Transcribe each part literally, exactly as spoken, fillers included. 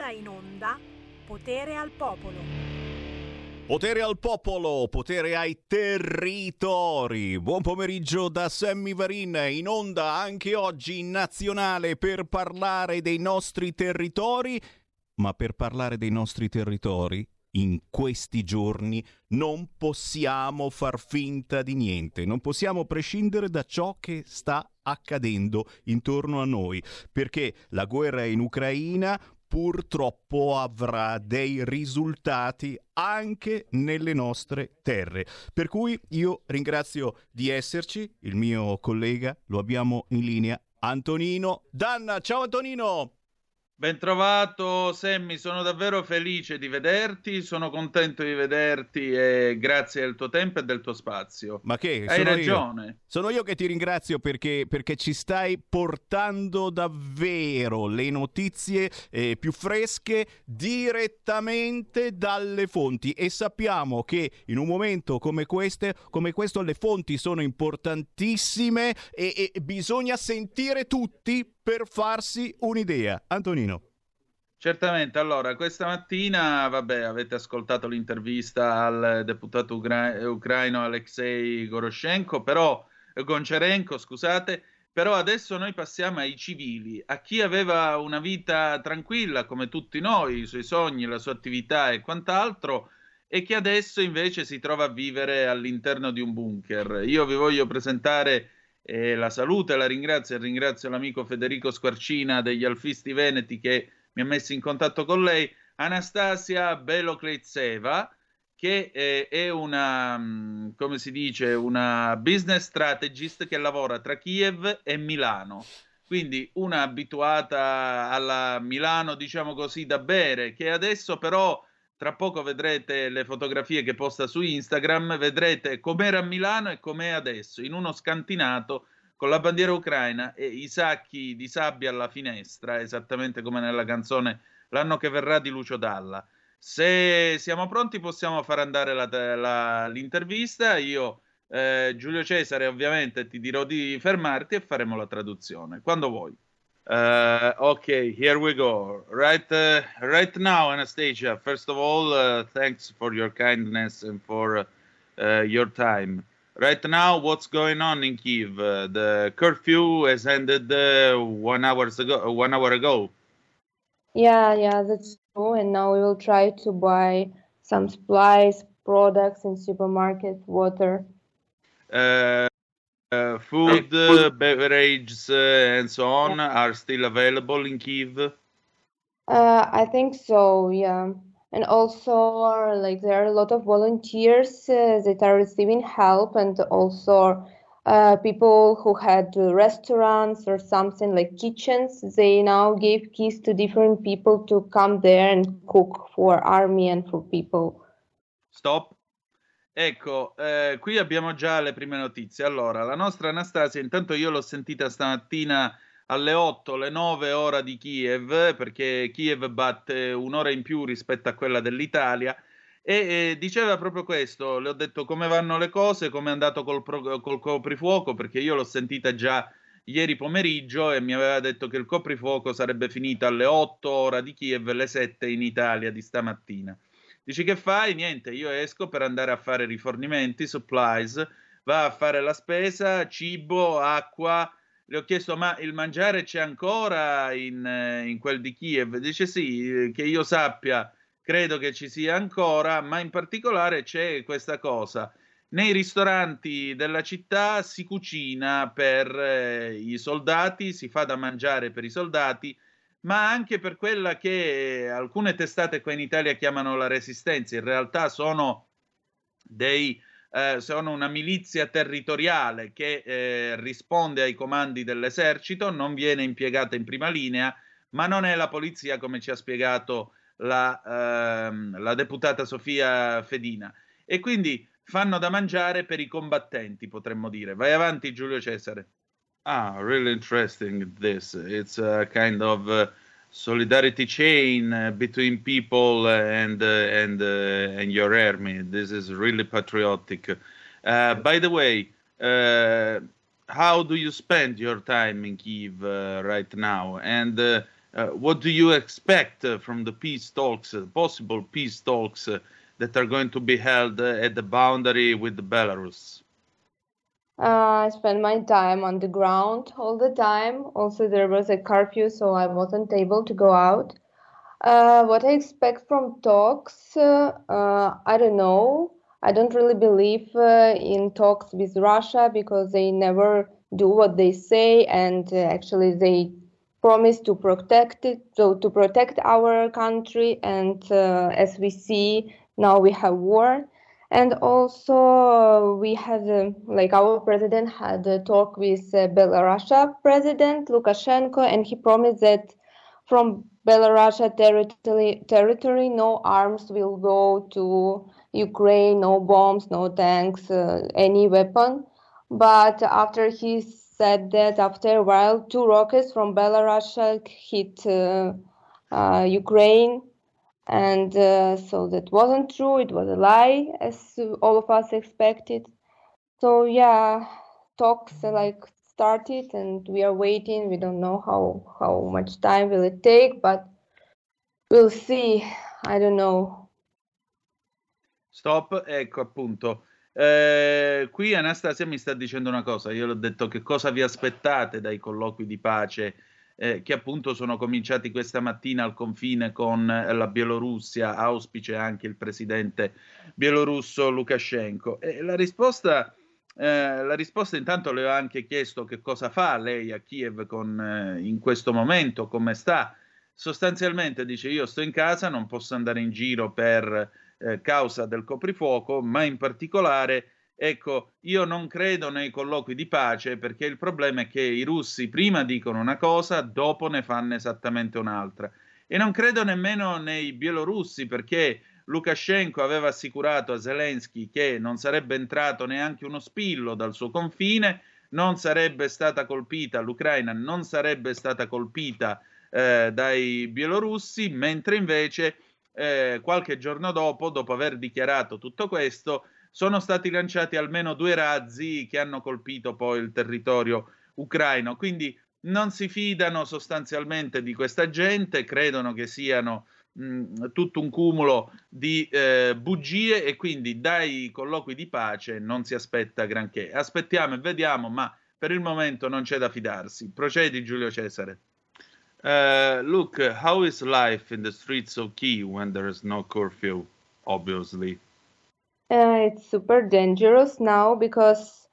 ora in onda Potere al Popolo. Potere al popolo, potere ai territori. Buon pomeriggio da Sammy Varin, in onda anche oggi in nazionale per parlare dei nostri territori, ma per parlare dei nostri territori in questi giorni non possiamo far finta di niente, non possiamo prescindere da ciò che sta accadendo intorno a noi, perché la guerra in Ucraina purtroppo avrà dei risultati anche nelle nostre terre. Per cui io ringrazio di esserci, il mio collega, lo abbiamo in linea, Antonino Danna. Ciao Antonino! Ben trovato Sammy, sono davvero felice di vederti, sono contento di vederti e grazie del tuo tempo e del tuo spazio. Ma che? Hai Sono ragione. Io. Sono io che ti ringrazio perché, perché ci stai portando davvero le notizie eh, più fresche direttamente dalle fonti, e sappiamo che in un momento come, queste, come questo le fonti sono importantissime e, e bisogna sentire tutti per farsi un'idea. Antonino. Certamente, allora, questa mattina, vabbè, avete ascoltato l'intervista al deputato ucra- ucraino Alexei Goroshenko, però, Goncharenko, scusate, però adesso noi passiamo ai civili, a chi aveva una vita tranquilla come tutti noi, i suoi sogni, la sua attività e quant'altro, e che adesso invece si trova a vivere all'interno di un bunker. Io vi voglio presentare e la saluto e la ringrazio e ringrazio l'amico Federico Squarcina degli Alfisti Veneti che mi ha messo in contatto con lei, Anastasia Belokleitseva, che eh, è una, come si dice, una business strategist che lavora tra Kiev e Milano, quindi una abituata alla Milano, diciamo così, da bere, che adesso però tra poco vedrete le fotografie che posta su Instagram, vedrete com'era a Milano e com'è adesso, in uno scantinato con la bandiera ucraina e i sacchi di sabbia alla finestra, esattamente come nella canzone L'anno che verrà di Lucio Dalla. Se siamo pronti possiamo far andare la, la, l'intervista, io eh, Giulio Cesare ovviamente ti dirò di fermarti e faremo la traduzione, quando vuoi. Uh, okay, here we go. Right, uh, right now, Anastasia. First of all, uh, thanks for your kindness and for uh, uh, your time. Right now, what's going on in Kiev? Uh, the curfew has ended uh, one hours ago. One hour ago. Yeah, yeah, that's true. And now we will try to buy some supplies, products in supermarket, water. Uh, Uh, food, uh, beverages, uh, and so on yeah. are still available in Kiev? Uh, I think so, yeah. And also, like, there are a lot of volunteers uh, that are receiving help, and also uh, people who had restaurants or something like kitchens. They now gave keys to different people to come there and cook for army and for people. Stop. Ecco, eh, qui abbiamo già le prime notizie. Allora, la nostra Anastasia, intanto io l'ho sentita stamattina alle otto, alle nove ora di Kiev, perché Kiev batte un'ora in più rispetto a quella dell'Italia, e eh, diceva proprio questo. Le ho detto come vanno le cose, come è andato col, pro, col coprifuoco, perché io l'ho sentita già ieri pomeriggio e mi aveva detto che il coprifuoco sarebbe finito alle otto ora di Kiev, alle sette in Italia di stamattina. Dici che fai? Niente, io esco per andare a fare rifornimenti, supplies, va a fare la spesa, cibo, acqua. Le ho chiesto, ma il mangiare c'è ancora in, in quel di Kiev? Dice sì, che io sappia, credo che ci sia ancora, ma in particolare c'è questa cosa. Nei ristoranti della città si cucina per eh, i soldati, si fa da mangiare per i soldati, ma anche per quella che alcune testate qua in Italia chiamano la resistenza. In realtà sono dei eh, sono una milizia territoriale che eh, risponde ai comandi dell'esercito, non viene impiegata in prima linea, ma non è la polizia, come ci ha spiegato la, ehm, la deputata Sofia Fedina, e quindi fanno da mangiare per i combattenti, potremmo dire. Vai avanti, Giulio Cesare. Ah, really interesting this. It's a kind of uh, solidarity chain uh, between people uh, and uh, and uh, and your army. This is really patriotic. Uh, by the way, uh, how do you spend your time in Kiev uh, right now? And uh, uh, what do you expect uh, from the peace talks, uh, possible peace talks uh, that are going to be held uh, at the boundary with Belarus? Uh, I spent my time on the ground all the time. Also, there was a curfew, so I wasn't able to go out. Uh, what I expect from talks, uh, uh, I don't know. I don't really believe uh, in talks with Russia because they never do what they say, and uh, actually they promise to protect it, so to protect our country. And uh, as we see now, we have war. And also, uh, we had, uh, like, our president had a talk with uh, Belarus president Lukashenko, and he promised that from Belarus territory, territory, no arms will go to Ukraine, no bombs, no tanks, uh, any weapon. But after he said that, after a while, two rockets from Belarus hit uh, uh, Ukraine. And uh, so that wasn't true, it was a lie, as all of us expected. So yeah, talks uh, like started and we are waiting. We don't know how, how much time will it take, but we'll see. I don't know. Stop, ecco appunto. Eh, qui Anastasia mi sta dicendo una cosa, io le ho detto che cosa vi aspettate dai colloqui di pace Eh, che appunto sono cominciati questa mattina al confine con eh, la Bielorussia, auspice anche il presidente bielorusso Lukashenko. E la risposta, eh, la risposta intanto le ho anche chiesto che cosa fa lei a Kiev con, eh, in questo momento, come sta. Sostanzialmente dice io sto in casa, non posso andare in giro per eh, causa del coprifuoco, ma in particolare ecco, io non credo nei colloqui di pace perché il problema è che i russi prima dicono una cosa, dopo ne fanno esattamente un'altra. E non credo nemmeno nei bielorussi perché Lukashenko aveva assicurato a Zelensky che non sarebbe entrato neanche uno spillo dal suo confine, non sarebbe stata colpita, l'Ucraina non sarebbe stata colpita eh, dai bielorussi, mentre invece eh, qualche giorno dopo, dopo aver dichiarato tutto questo, sono stati lanciati almeno due razzi che hanno colpito poi il territorio ucraino. Quindi non si fidano sostanzialmente di questa gente, credono che siano mh, tutto un cumulo di eh, bugie e quindi dai colloqui di pace non si aspetta granché. Aspettiamo e vediamo, ma per il momento non c'è da fidarsi. Procedi, Giulio Cesare. Uh, look, how is life in the streets of Kyiv when there is no curfew, obviously? Uh, it's super dangerous now because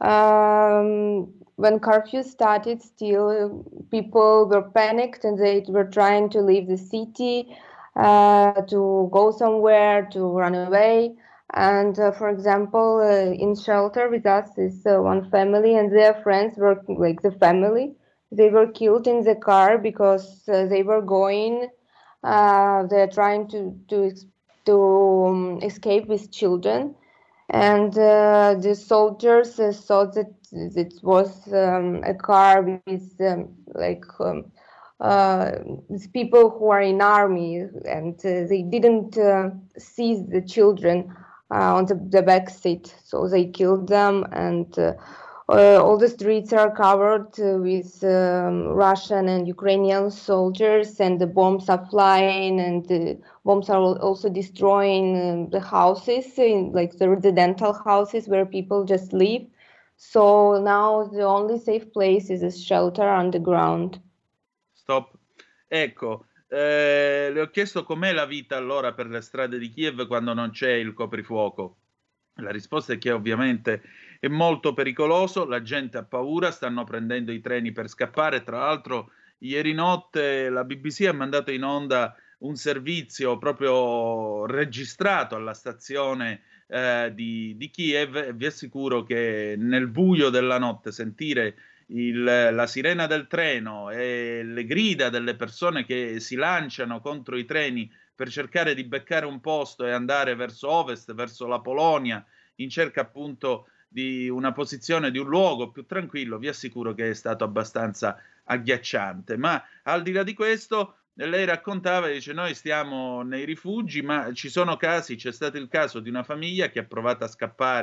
um, when curfew started, still people were panicked and they were trying to leave the city, uh, to go somewhere, to run away. And uh, for example, uh, in shelter with us is uh, one family and their friends were like the family. They were killed in the car because uh, they were going, uh, they're trying to, to to um, escape with children, and uh, the soldiers uh, thought that it was um, a car with um, like um, uh, with people who are in army, and uh, they didn't uh, see the children uh, on the, the back seat, so they killed them. And uh, uh, all the streets are covered uh, with um, Russian and Ukrainian soldiers, and the bombs are flying, and the bombs are also destroying uh, the houses, in, like the residential houses where people just live. So now the only safe place is a shelter underground. Stop. Ecco, eh, le ho chiesto com'è la vita allora per le strade di Kiev quando non c'è il coprifuoco. La risposta è che ovviamente è molto pericoloso, la gente ha paura, stanno prendendo i treni per scappare. Tra l'altro ieri notte la B B C ha mandato in onda un servizio proprio registrato alla stazione eh, di, di Kiev e vi assicuro che nel buio della notte sentire il, la sirena del treno e le grida delle persone che si lanciano contro i treni per cercare di beccare un posto e andare verso ovest, verso la Polonia, in cerca appunto di una posizione, di un luogo più tranquillo, vi assicuro che è stato abbastanza agghiacciante. Ma al di là di questo, lei raccontava, dice, noi stiamo nei rifugi, ma ci sono casi, c'è stato il caso di una famiglia che ha provato a scappare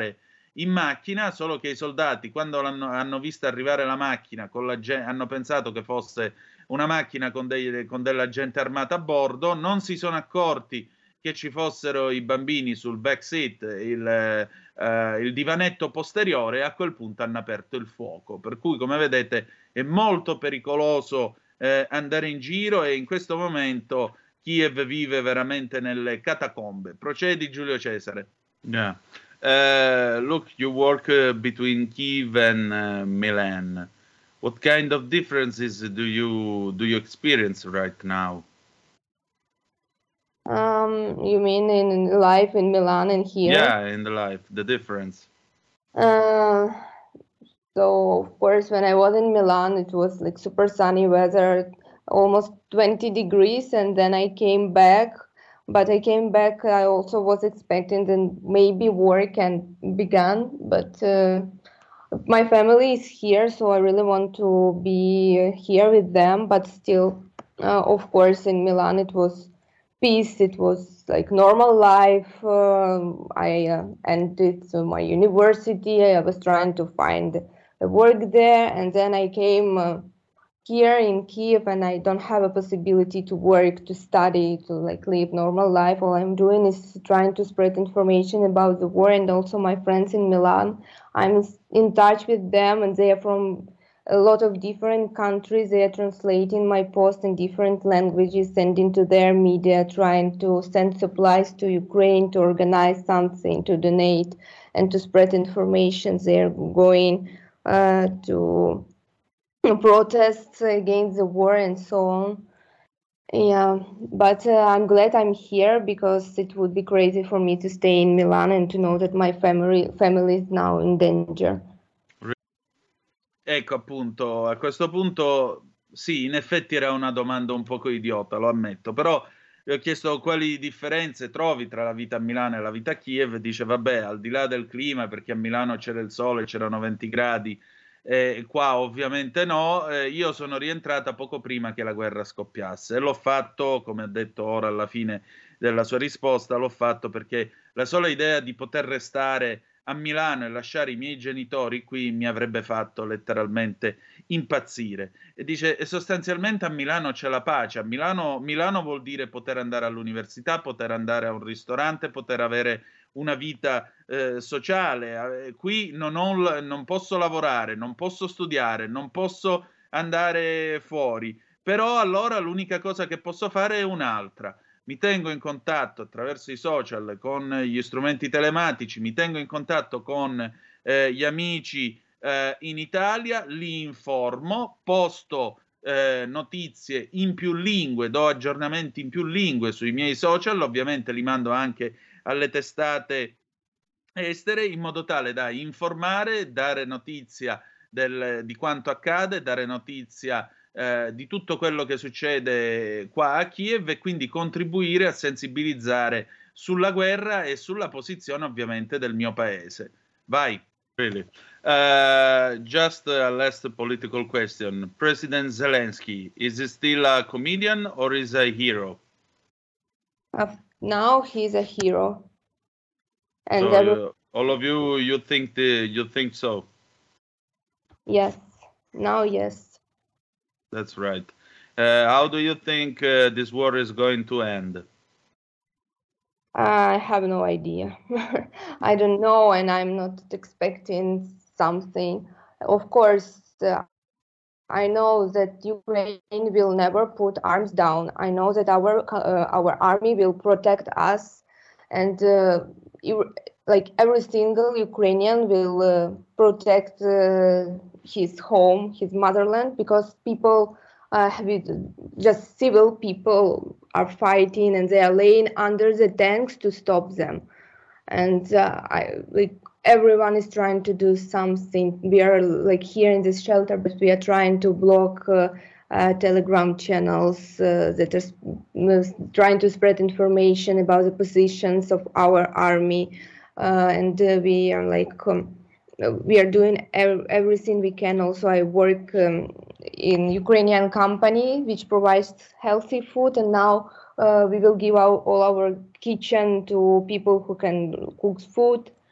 in macchina, solo che i soldati, quando l'hanno, hanno visto arrivare la macchina, con la gente, hanno pensato che fosse una macchina con, dei, con della gente armata a bordo, non si sono accorti che ci fossero i bambini sul back seat, il, eh, il divanetto posteriore, e a quel punto hanno aperto il fuoco. Per cui, come vedete, è molto pericoloso eh, andare in giro, e in questo momento Kiev vive veramente nelle catacombe. Procedi, Giulio Cesare. Yeah. Uh, look, you work uh, between Kiev and uh, Milan. What kind of differences do you do you experience right now? Um, you mean in life in Milan and here? Yeah, in the life, the difference. Uh, so of course, when I was in Milan, it was like super sunny weather, almost twenty degrees, and then I came back. But I came back, I also was expecting then maybe work and began, but uh, my family is here, so I really want to be here with them. But still, uh, of course, in Milan it was peace, it was like normal life. Uh, I uh, ended my university, I was trying to find work there, and then I came uh, here in Kiev, and I don't have a possibility to work, to study, to like live normal life. All I'm doing is trying to spread information about the war, and also my friends in Milan. I'm in touch with them, and they are from a lot of different countries. They are translating my post in different languages, sending to their media, trying to send supplies to Ukraine, to organize something, to donate, and to spread information. They are going uh, to protests against the war and so on. Yeah, but uh, I'm glad I'm here, because it would be crazy for me to stay in Milan and to know that my family family is now in danger. Ecco, appunto, a questo punto sì, in effetti era una domanda un poco idiota, lo ammetto, però gli ho chiesto quali differenze trovi tra la vita a Milano e la vita a Kiev. Dice, vabbè, al di là del clima, perché a Milano c'era il sole, c'erano venti gradi, Eh, qua ovviamente no, eh, io sono rientrata poco prima che la guerra scoppiasse, e l'ho fatto, come ha detto ora alla fine della sua risposta, l'ho fatto perché la sola idea di poter restare a Milano e lasciare i miei genitori qui mi avrebbe fatto letteralmente impazzire. E dice, e sostanzialmente a Milano c'è la pace, a Milano, Milano vuol dire poter andare all'università, poter andare a un ristorante, poter avere una vita eh, sociale. Qui non, ho, non posso lavorare, non posso studiare, non posso andare fuori, però allora l'unica cosa che posso fare è un'altra. Mi tengo in contatto attraverso i social con gli strumenti telematici, mi tengo in contatto con eh, gli amici eh, in Italia, li informo, posto eh, notizie in più lingue, do aggiornamenti in più lingue sui miei social, ovviamente li mando anche alle testate estere, in modo tale da informare, dare notizia del, di quanto accade, dare notizia eh, di tutto quello che succede qua a Kiev, e quindi contribuire a sensibilizzare sulla guerra e sulla posizione ovviamente del mio paese. Vai. Really. Uh, just a last political question. President Zelensky, is he still a comedian or is he a hero? Uh, now he's a hero. And so, every- uh, all of you, you think the, you think so? Yes. Now, yes. That's right. Uh, how do you think uh, this war is going to end? I have no idea. I don't know, and I'm not expecting something. Of course, uh, I know that Ukraine will never put arms down. I know that our uh, our army will protect us, and uh, you, like every single Ukrainian will uh, protect uh, his home, his motherland, because people, uh, have it, just civil people, are fighting, and they are laying under the tanks to stop them. And uh, I like. Everyone is trying to do something. We are like here in this shelter, but we are trying to block uh, uh, Telegram channels uh, that are trying to spread information about the positions of our army. Uh, and uh, we are like, um, we are doing ev- everything we can. Also, I work um, in Ukrainian company, which provides healthy food. And now uh, we will give out all our kitchen to people who can cook food.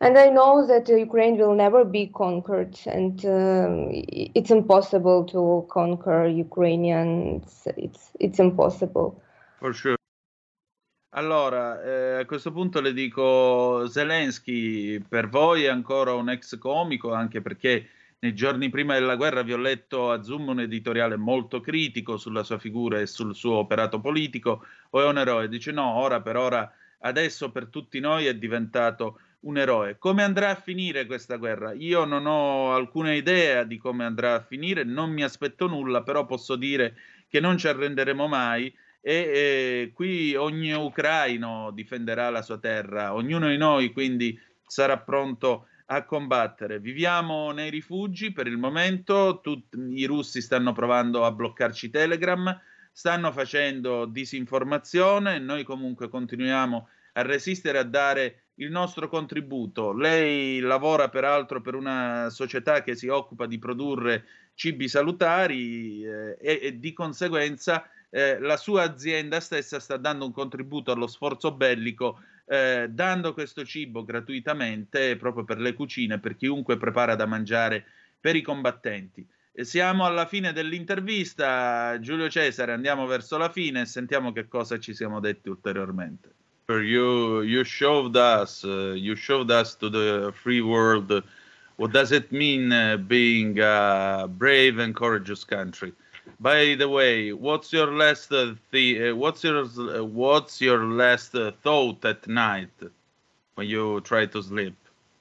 And I know that Ukraine will never be conquered, and um, it's impossible to conquer Ukrainian. It's, it's, it's impossible. For sure. Allora, eh, a questo punto le dico, Zelensky per voi è ancora un ex comico, anche perché nei giorni prima della guerra vi ho letto a Zoom un editoriale molto critico sulla sua figura e sul suo operato politico, o è un eroe? Dice no, ora per ora, adesso per tutti noi è diventato un eroe. Come andrà a finire questa guerra? Io non ho alcuna idea di come andrà a finire, non mi aspetto nulla, però posso dire che non ci arrenderemo mai. E eh, qui ogni ucraino difenderà la sua terra, ognuno di noi quindi sarà pronto a combattere. Viviamo nei rifugi per il momento, tutti, i russi stanno provando a bloccarci Telegram, stanno facendo disinformazione, noi comunque continuiamo a resistere, a dare il nostro contributo. Lei lavora peraltro per una società che si occupa di produrre cibi salutari eh, e, e di conseguenza Eh, la sua azienda stessa sta dando un contributo allo sforzo bellico, eh, dando questo cibo gratuitamente proprio per le cucine, per chiunque prepara da mangiare per i combattenti. E siamo alla fine dell'intervista, Giulio Cesare, andiamo verso la fine e sentiamo che cosa ci siamo detti ulteriormente. You, you showed us, uh, you showed us to the free world what does it mean uh, being a brave and courageous country. By the way, what's your last uh, the uh, what's your uh, what's your last uh, thought at night when you try to sleep?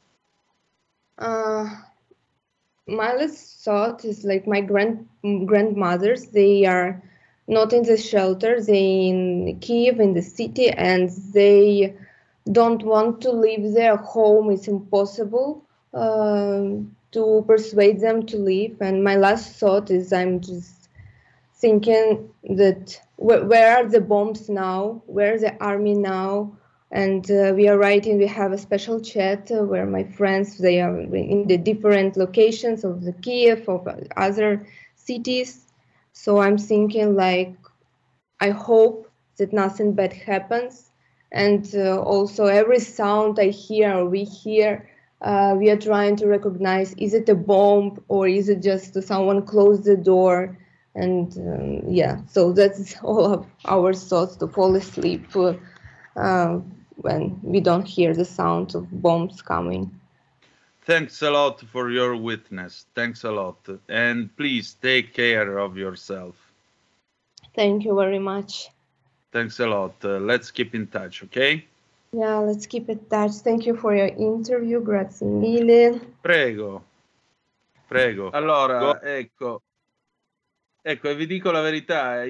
Uh, my last thought is like my grand grandmothers. They are not in the shelter. They in Kiev, in the city, and they don't want to leave their home. It's impossible uh, to persuade them to leave. And my last thought is I'm just thinking that wh where are the bombs now? Where is the army now? And uh, we are writing, we have a special chat uh, where my friends, they are in the different locations of the Kiev, of other cities. So I'm thinking like, I hope that nothing bad happens. And uh, also every sound I hear or we hear, uh, we are trying to recognize, is it a bomb or is it just someone closed the door? And um, yeah, so that's all of our thoughts to fall asleep uh, uh, when we don't hear the sound of bombs coming. Thanks a lot for your witness. Thanks a lot. And please take care of yourself. Thank you very much. Thanks a lot. Uh, let's keep in touch, okay? Yeah, let's keep in touch. Thank you for your interview. Grazie mille. Prego. Prego. Allora, Go. ecco. Ecco, e vi dico la verità,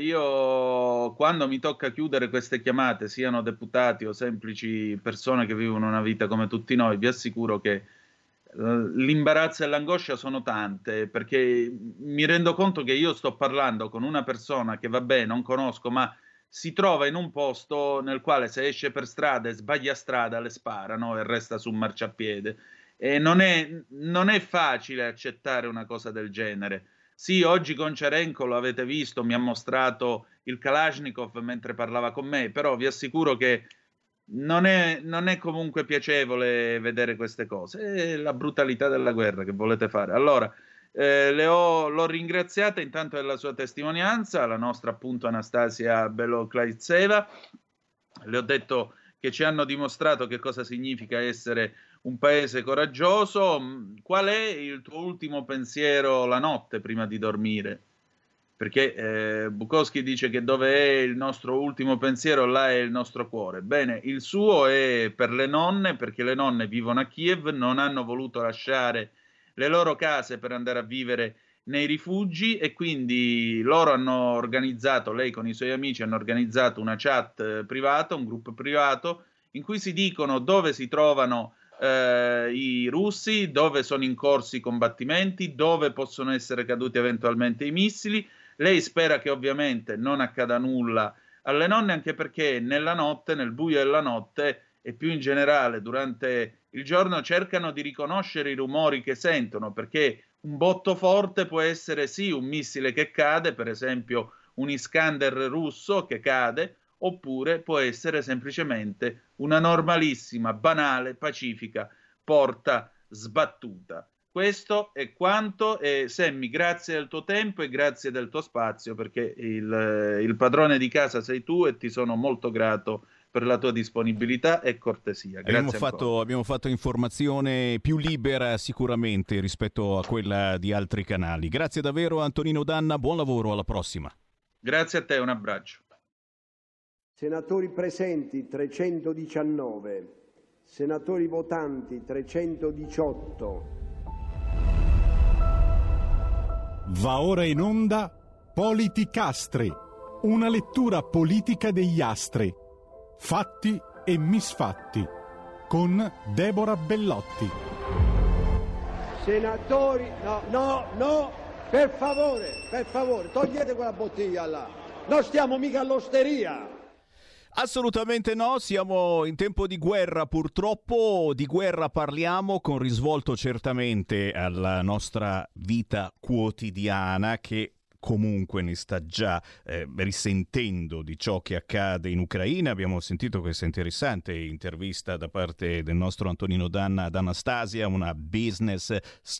io quando mi tocca chiudere queste chiamate, siano deputati o semplici persone che vivono una vita come tutti noi, vi assicuro che uh, l'imbarazzo e l'angoscia sono tante, perché mi rendo conto che io sto parlando con una persona che, vabbè, non conosco, ma si trova in un posto nel quale se esce per strada e sbaglia strada le sparano e resta su un marciapiede. E non è, non è facile accettare una cosa del genere. Sì, oggi Goncharenko, lo avete visto, mi ha mostrato il Kalashnikov mentre parlava con me, però vi assicuro che non è, non è comunque piacevole vedere queste cose. È la brutalità della guerra che volete fare. Allora, eh, le ho, l'ho ringraziata intanto della sua testimonianza, la nostra appunto Anastasia Beloklaitseva. Le ho detto che ci hanno dimostrato che cosa significa essere un paese coraggioso. Qual è il tuo ultimo pensiero la notte prima di dormire? Perché eh, Bukowski dice che dove è il nostro ultimo pensiero, là è il nostro cuore. Bene, il suo è per le nonne, perché le nonne vivono a Kiev, non hanno voluto lasciare le loro case per andare a vivere nei rifugi e quindi loro hanno organizzato, lei con i suoi amici hanno organizzato una chat eh, privata, un gruppo privato, in cui si dicono dove si trovano Eh, i russi, dove sono in corso i combattimenti, dove possono essere caduti eventualmente i missili. Lei spera che ovviamente non accada nulla alle nonne, anche perché nella notte, nel buio della notte e più in generale durante il giorno cercano di riconoscere i rumori che sentono, perché un botto forte può essere sì un missile che cade, per esempio un Iskander russo che cade, oppure può essere semplicemente una normalissima, banale, pacifica porta sbattuta. Questo è quanto. E Sammy, grazie del tuo tempo e grazie del tuo spazio, perché il, il padrone di casa sei tu e ti sono molto grato per la tua disponibilità e cortesia. Grazie. Abbiamo fatto, abbiamo fatto informazione più libera sicuramente rispetto a quella di altri canali. Grazie davvero Antonino Danna, buon lavoro, alla prossima. Grazie a te, un abbraccio. Senatori presenti trecentodiciannove, senatori votanti trecentodiciotto. Va ora in onda Politicastri, una lettura politica degli astri, fatti e misfatti, con Deborah Bellotti. Senatori, no, no, no, per favore, per favore, togliete quella bottiglia là, non stiamo mica all'osteria. Assolutamente no, siamo in tempo di guerra purtroppo, di guerra parliamo con risvolto certamente alla nostra vita quotidiana che comunque ne sta già eh, risentendo di ciò che accade in Ucraina. Abbiamo sentito questa interessante intervista da parte del nostro Antonino Danna ad Anastasia, una business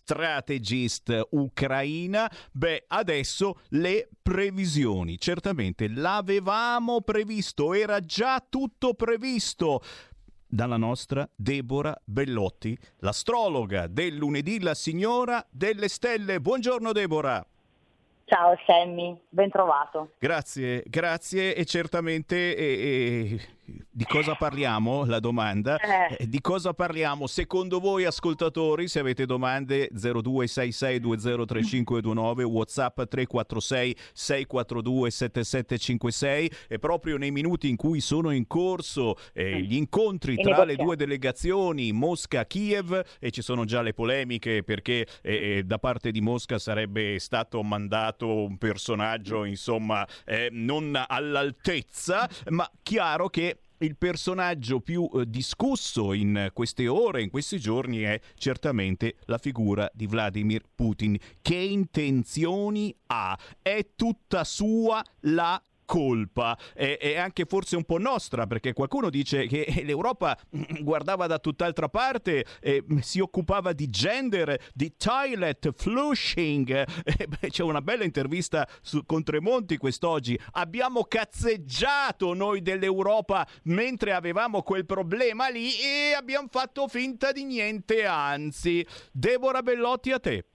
strategist ucraina. Beh, adesso le previsioni. Certamente l'avevamo previsto, era già tutto previsto dalla nostra Deborah Bellotti, l'astrologa del lunedì, la signora delle stelle. Buongiorno Deborah. Ciao Sammy, ben trovato. Grazie, grazie e certamente eh, eh, di cosa parliamo? La domanda. Eh. Eh, di cosa parliamo? Secondo voi ascoltatori, se avete domande zero due sei sei due zero tre cinque due nove, WhatsApp tre quattro sei sei quattro due sette sette cinque sei, e proprio nei minuti in cui sono in corso eh, gli incontri I tra le negoziati. due delegazioni Mosca-Kiev, e ci sono già le polemiche perché eh, eh, da parte di Mosca sarebbe stato mandato un personaggio insomma eh, non all'altezza, ma chiaro che il personaggio più eh, discusso in queste ore, in questi giorni, è certamente la figura di Vladimir Putin. Che intenzioni ha? È tutta sua la colpa, è, è anche forse un po' nostra, perché qualcuno dice che l'Europa guardava da tutt'altra parte, eh, si occupava di gender, di toilet flushing. Eh, beh, c'è una bella intervista su, con Tremonti quest'oggi. Abbiamo cazzeggiato noi dell'Europa mentre avevamo quel problema lì e abbiamo fatto finta di niente, anzi. Deborah Bellotti, a te.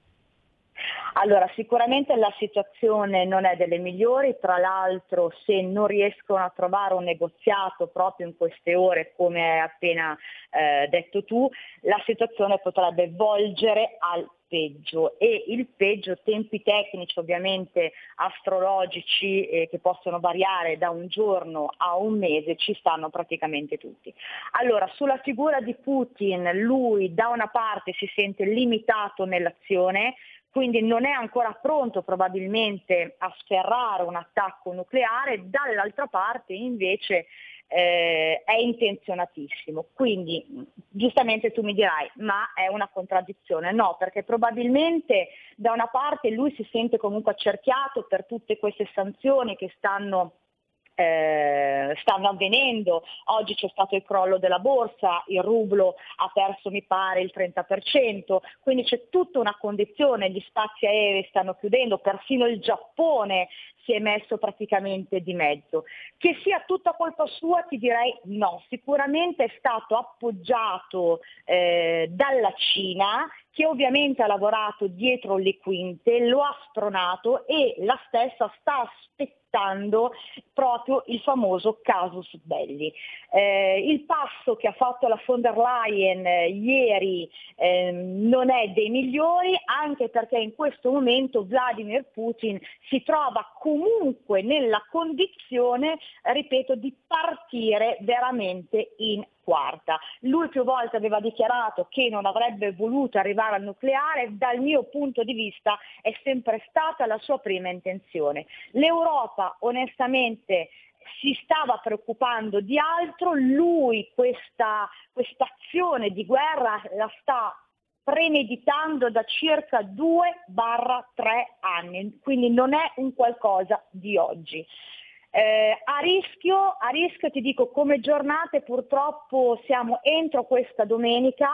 Allora, sicuramente la situazione non è delle migliori, tra l'altro se non riescono a trovare un negoziato proprio in queste ore, come hai appena eh, detto tu, la situazione potrebbe volgere al peggio, e il peggio, tempi tecnici ovviamente astrologici eh, che possono variare da un giorno a un mese, ci stanno praticamente tutti. Allora, sulla figura di Putin, lui da una parte si sente limitato nell'azione, quindi non è ancora pronto probabilmente a sferrare un attacco nucleare, dall'altra parte invece eh, è intenzionatissimo. Quindi giustamente tu mi dirai, ma è una contraddizione? No, perché probabilmente da una parte lui si sente comunque accerchiato per tutte queste sanzioni che stanno Eh, stanno avvenendo. Oggi c'è stato il crollo della borsa, il rublo ha perso mi pare il trenta per cento, quindi c'è tutta una condizione, gli spazi aerei stanno chiudendo, persino il Giappone si è messo praticamente di mezzo. Che sia tutta colpa sua ti direi no, sicuramente è stato appoggiato eh, dalla Cina, che ovviamente ha lavorato dietro le quinte, lo ha spronato e la stessa sta aspettando proprio il famoso casus belli. Eh, il passo che ha fatto la von der Leyen eh, ieri eh, non è dei migliori, anche perché in questo momento Vladimir Putin si trova comunque nella condizione, ripeto, di partire veramente in quarta. Lui più volte aveva dichiarato che non avrebbe voluto arrivare al nucleare, dal mio punto di vista è sempre stata la sua prima intenzione. L'Europa onestamente si stava preoccupando di altro, lui questa questa azione di guerra la sta premeditando da circa due tre anni, quindi non è un qualcosa di oggi. Eh, a rischio, a rischio ti dico, come giornate purtroppo siamo entro questa domenica,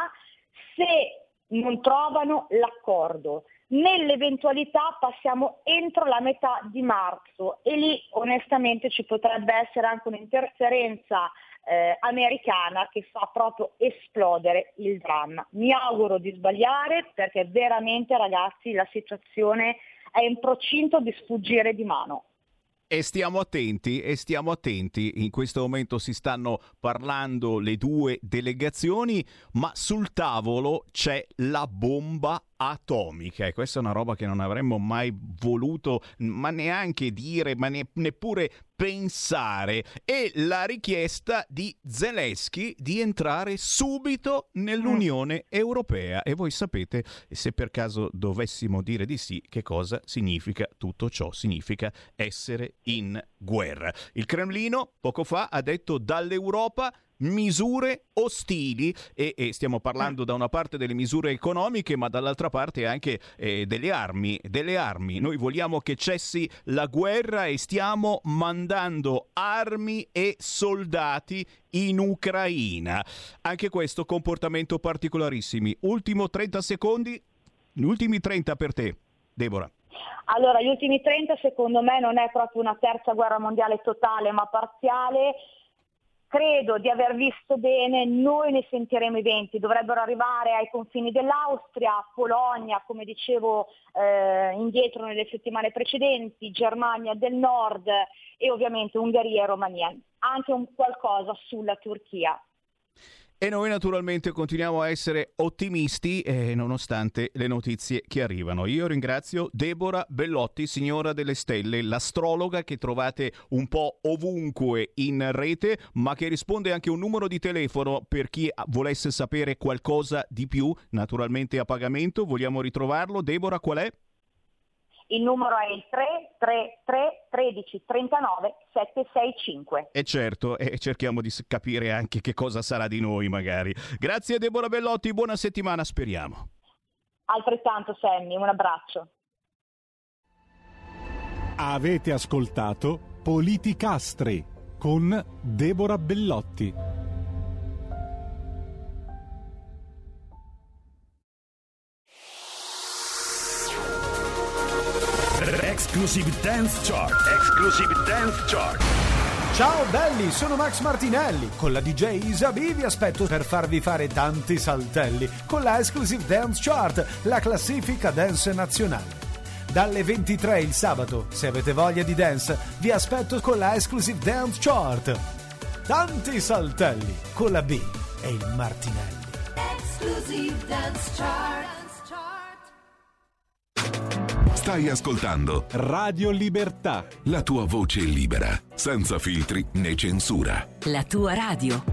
Se non trovano l'accordo, nell'eventualità passiamo entro la metà di marzo e lì onestamente ci potrebbe essere anche un'interferenza eh, americana che fa proprio esplodere il dramma. Mi auguro di sbagliare, perché veramente, ragazzi, la situazione è in procinto di sfuggire di mano. E stiamo attenti, e stiamo attenti, in questo momento si stanno parlando le due delegazioni, ma sul tavolo c'è la bomba atomica, e questa è una roba che non avremmo mai voluto, ma neanche dire, ma ne, neppure pensare, e la richiesta di Zelensky di entrare subito nell'Unione Europea. E voi sapete, se per caso dovessimo dire di sì, che cosa significa tutto ciò? Significa essere in guerra. Il Cremlino poco fa ha detto dall'Europa misure ostili, e, e stiamo parlando da una parte delle misure economiche, ma dall'altra parte anche eh, delle armi, delle armi. Noi vogliamo che cessi la guerra e stiamo mandando armi e soldati in Ucraina. Anche questo comportamento particolarissimi. Ultimo trenta secondi, gli ultimi trenta per te, Deborah. Allora, gli ultimi trenta secondo me non è proprio una terza guerra mondiale totale, ma parziale. Credo di aver visto bene, noi ne sentiremo i venti, dovrebbero arrivare ai confini dell'Austria, Polonia, come dicevo eh, indietro nelle settimane precedenti, Germania del Nord e ovviamente Ungheria e Romania, anche un qualcosa sulla Turchia. E noi naturalmente continuiamo a essere ottimisti eh, nonostante le notizie che arrivano. Io ringrazio Deborah Bellotti, signora delle stelle, l'astrologa che trovate un po' ovunque in rete, ma che risponde anche a un numero di telefono per chi volesse sapere qualcosa di più, naturalmente a pagamento. Vogliamo ritrovarlo? Deborah, qual è? Il numero è il tre tre tre tredici trentanove settecentosessantacinque. E certo, e cerchiamo di capire anche che cosa sarà di noi magari. Grazie Deborah Bellotti, buona settimana, speriamo. Altrettanto Sammy, un abbraccio. Avete ascoltato Politicastri con Deborah Bellotti. Exclusive Dance Chart. Exclusive Dance Chart. Ciao belli, sono Max Martinelli. Con la D J Isabi vi aspetto per farvi fare tanti saltelli con la Exclusive Dance Chart, la classifica dance nazionale. Dalle ventitré il sabato, se avete voglia di dance, vi aspetto con la Exclusive Dance Chart. Tanti saltelli con la B e il Martinelli. Exclusive Dance Chart. Stai ascoltando Radio Libertà, la tua voce libera, senza filtri né censura. La tua radio.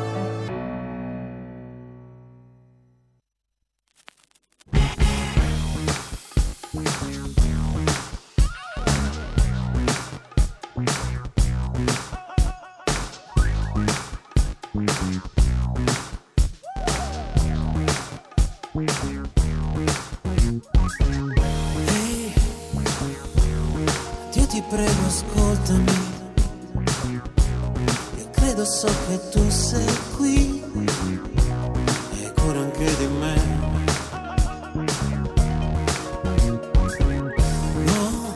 Prego, ascoltami. Io credo, so che tu sei qui e cura anche di me. No,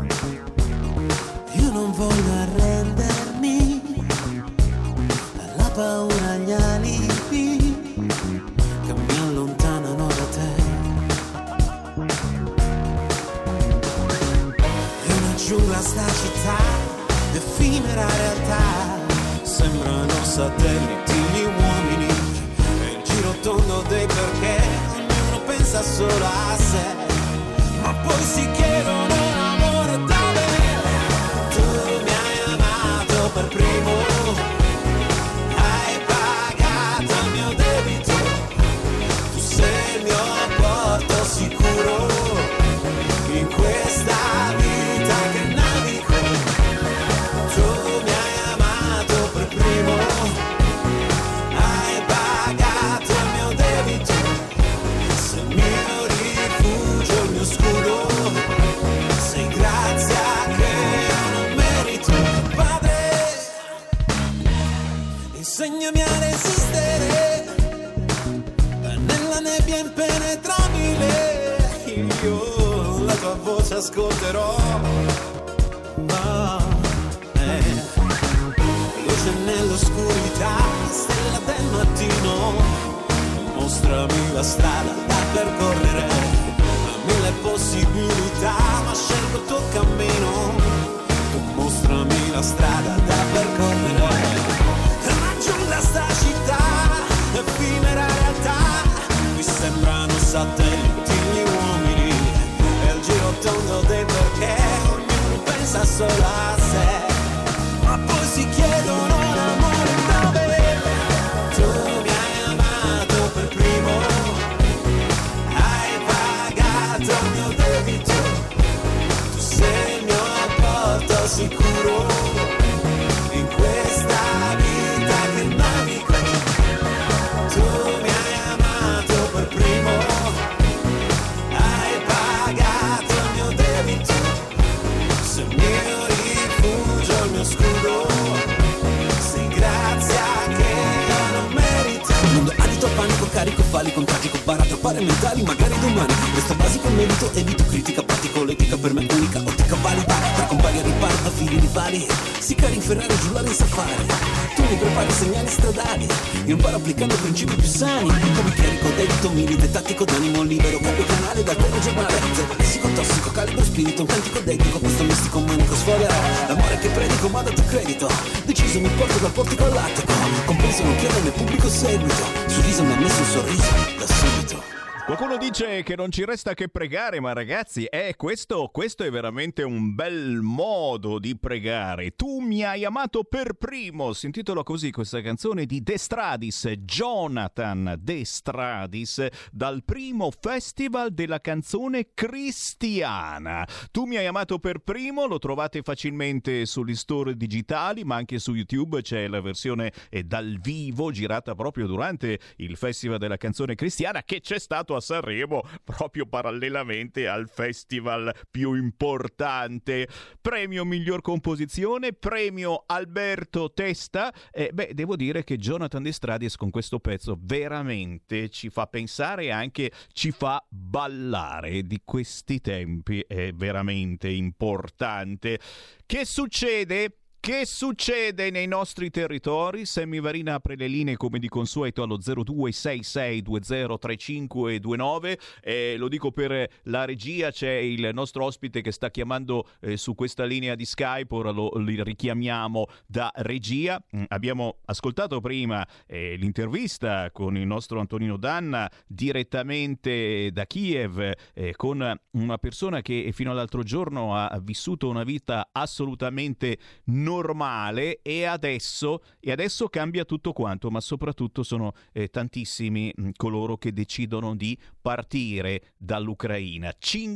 io non voglio arrendermi alla paura, agli alibi che mi allontanano da te. Giungla sta città, effimera realtà, sembrano satelliti gli uomini, e il giro tondo dei perché, ognuno pensa solo a sé, ma poi si chiedono l'amore da me. Tu mi hai amato per primo, hai pagato il mio debito, tu sei il mio porto sicuro in questa vita. Scudo ascolterò. Oh, eh. Luce nell'oscurità, stella del mattino, mostrami la strada da percorrere, mille possibilità, ma scelgo il tuo cammino, tu mostrami la strada da percorrere. Raggiunga sta città, effimera realtà, qui sembrano satelliti gli uomini, e il giro tondo dei perché, ognuno pensa solo a sé, ma poi si chiedono l'amore dove. Tu mi hai amato per primo, hai pagato il mio debito, tu sei il mio porto sicuro in questa vita che navigo. Tu mi hai amato per primo, hai pagato il mio debito, sei il mio rifugio, il mio scudo, sei grazia che io non merito. Il mondo adito a panico, carico, falico, tragico, barato, pare mentali, magari domani. Resto basico, merito, evito critica, pratico l'etica, per me unica, ottica valida. Per compari al riparo, a fili rivali, si cari in Ferrari, giullare in safari. Tu mi prepari segnali stradali, io imparo applicando principi più sani. Come carico, debito, milite, tattico, d'animo libero, cambio canale dal telegiornale. Lessico, tossico, calibro, spirito, un cantico dedico, questo mistico manico sfoderò. L'amore che predico, ma dato credito, deciso mi porto dal portico all'attico, compreso non chiedo nel pubblico seguito, sul viso mi ha messo un sorriso da subito. Qualcuno dice che non ci resta che pregare, ma ragazzi, eh, questo, questo è veramente un bel modo di pregare. Tu mi hai amato per primo, si intitola così questa canzone di De Stradis, Jonathan De Stradis, dal primo festival della canzone cristiana. Tu mi hai amato per primo, lo trovate facilmente sugli store digitali, ma anche su YouTube c'è la versione eh, dal vivo, girata proprio durante il festival della canzone cristiana, che c'è stato a Sanremo proprio parallelamente al festival più importante. Premio miglior composizione, premio Alberto Testa. Eh, beh, devo dire che Jonathan De Stradis con questo pezzo veramente ci fa pensare e anche ci fa ballare. Di questi tempi è veramente importante. Che succede? Che succede nei nostri territori? Sammy Varina apre le linee come di consueto allo zero due sei sei due zero tre cinque due nove. Eh, lo dico per la regia, c'è il nostro ospite che sta chiamando eh, su questa linea di Skype, ora lo, lo richiamiamo da regia. Mm, abbiamo ascoltato prima eh, l'intervista con il nostro Antonino Danna direttamente da Kiev, eh, con una persona che fino all'altro giorno ha vissuto una vita assolutamente non normale e adesso, e adesso cambia tutto quanto, ma soprattutto sono eh, tantissimi mh, coloro che decidono di partire dall'Ucraina.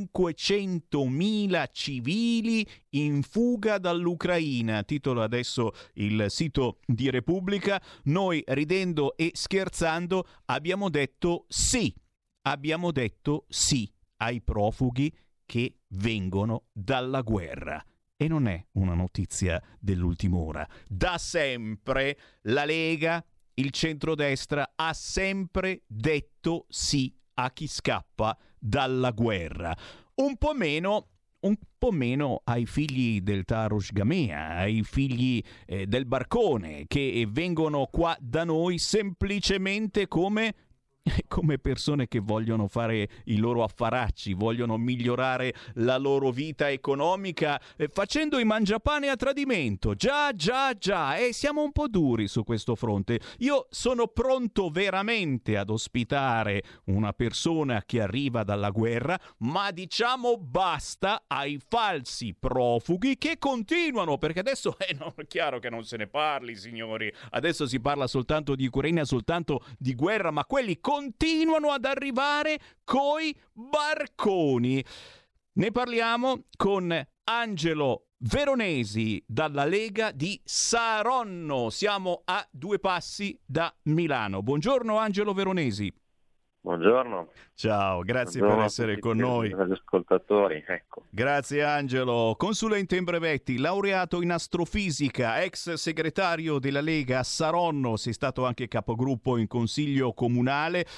cinquecentomila civili in fuga dall'Ucraina, titolo adesso il sito di Repubblica. Noi, ridendo e scherzando, abbiamo detto sì, abbiamo detto sì ai profughi che vengono dalla guerra. E non è una notizia dell'ultima ora. Da sempre la Lega, il centrodestra, ha sempre detto sì a chi scappa dalla guerra. Un po' meno, un po' meno ai figli del Tarush Gamea, ai figli eh, del Barcone, che vengono qua da noi semplicemente come... come persone che vogliono fare i loro affaracci, vogliono migliorare la loro vita economica eh, facendo i mangiapane a tradimento. Già, già, già, e eh, siamo un po' duri su questo fronte. Io sono pronto veramente ad ospitare una persona che arriva dalla guerra, ma diciamo basta ai falsi profughi che continuano, perché adesso è no, chiaro che non se ne parli, signori. Adesso si parla soltanto di Ucraina, soltanto di guerra, ma quelli continuano ad arrivare coi barconi. Ne parliamo con Angelo Veronesi dalla Lega di Saronno. Siamo a due passi da Milano. Buongiorno Angelo Veronesi. Buongiorno. Ciao, grazie Buongiorno per essere con noi. Agli ascoltatori, ecco. Grazie Angelo. Consulente in brevetti, laureato in astrofisica, ex segretario della Lega a Saronno, sei stato anche capogruppo in consiglio comunale.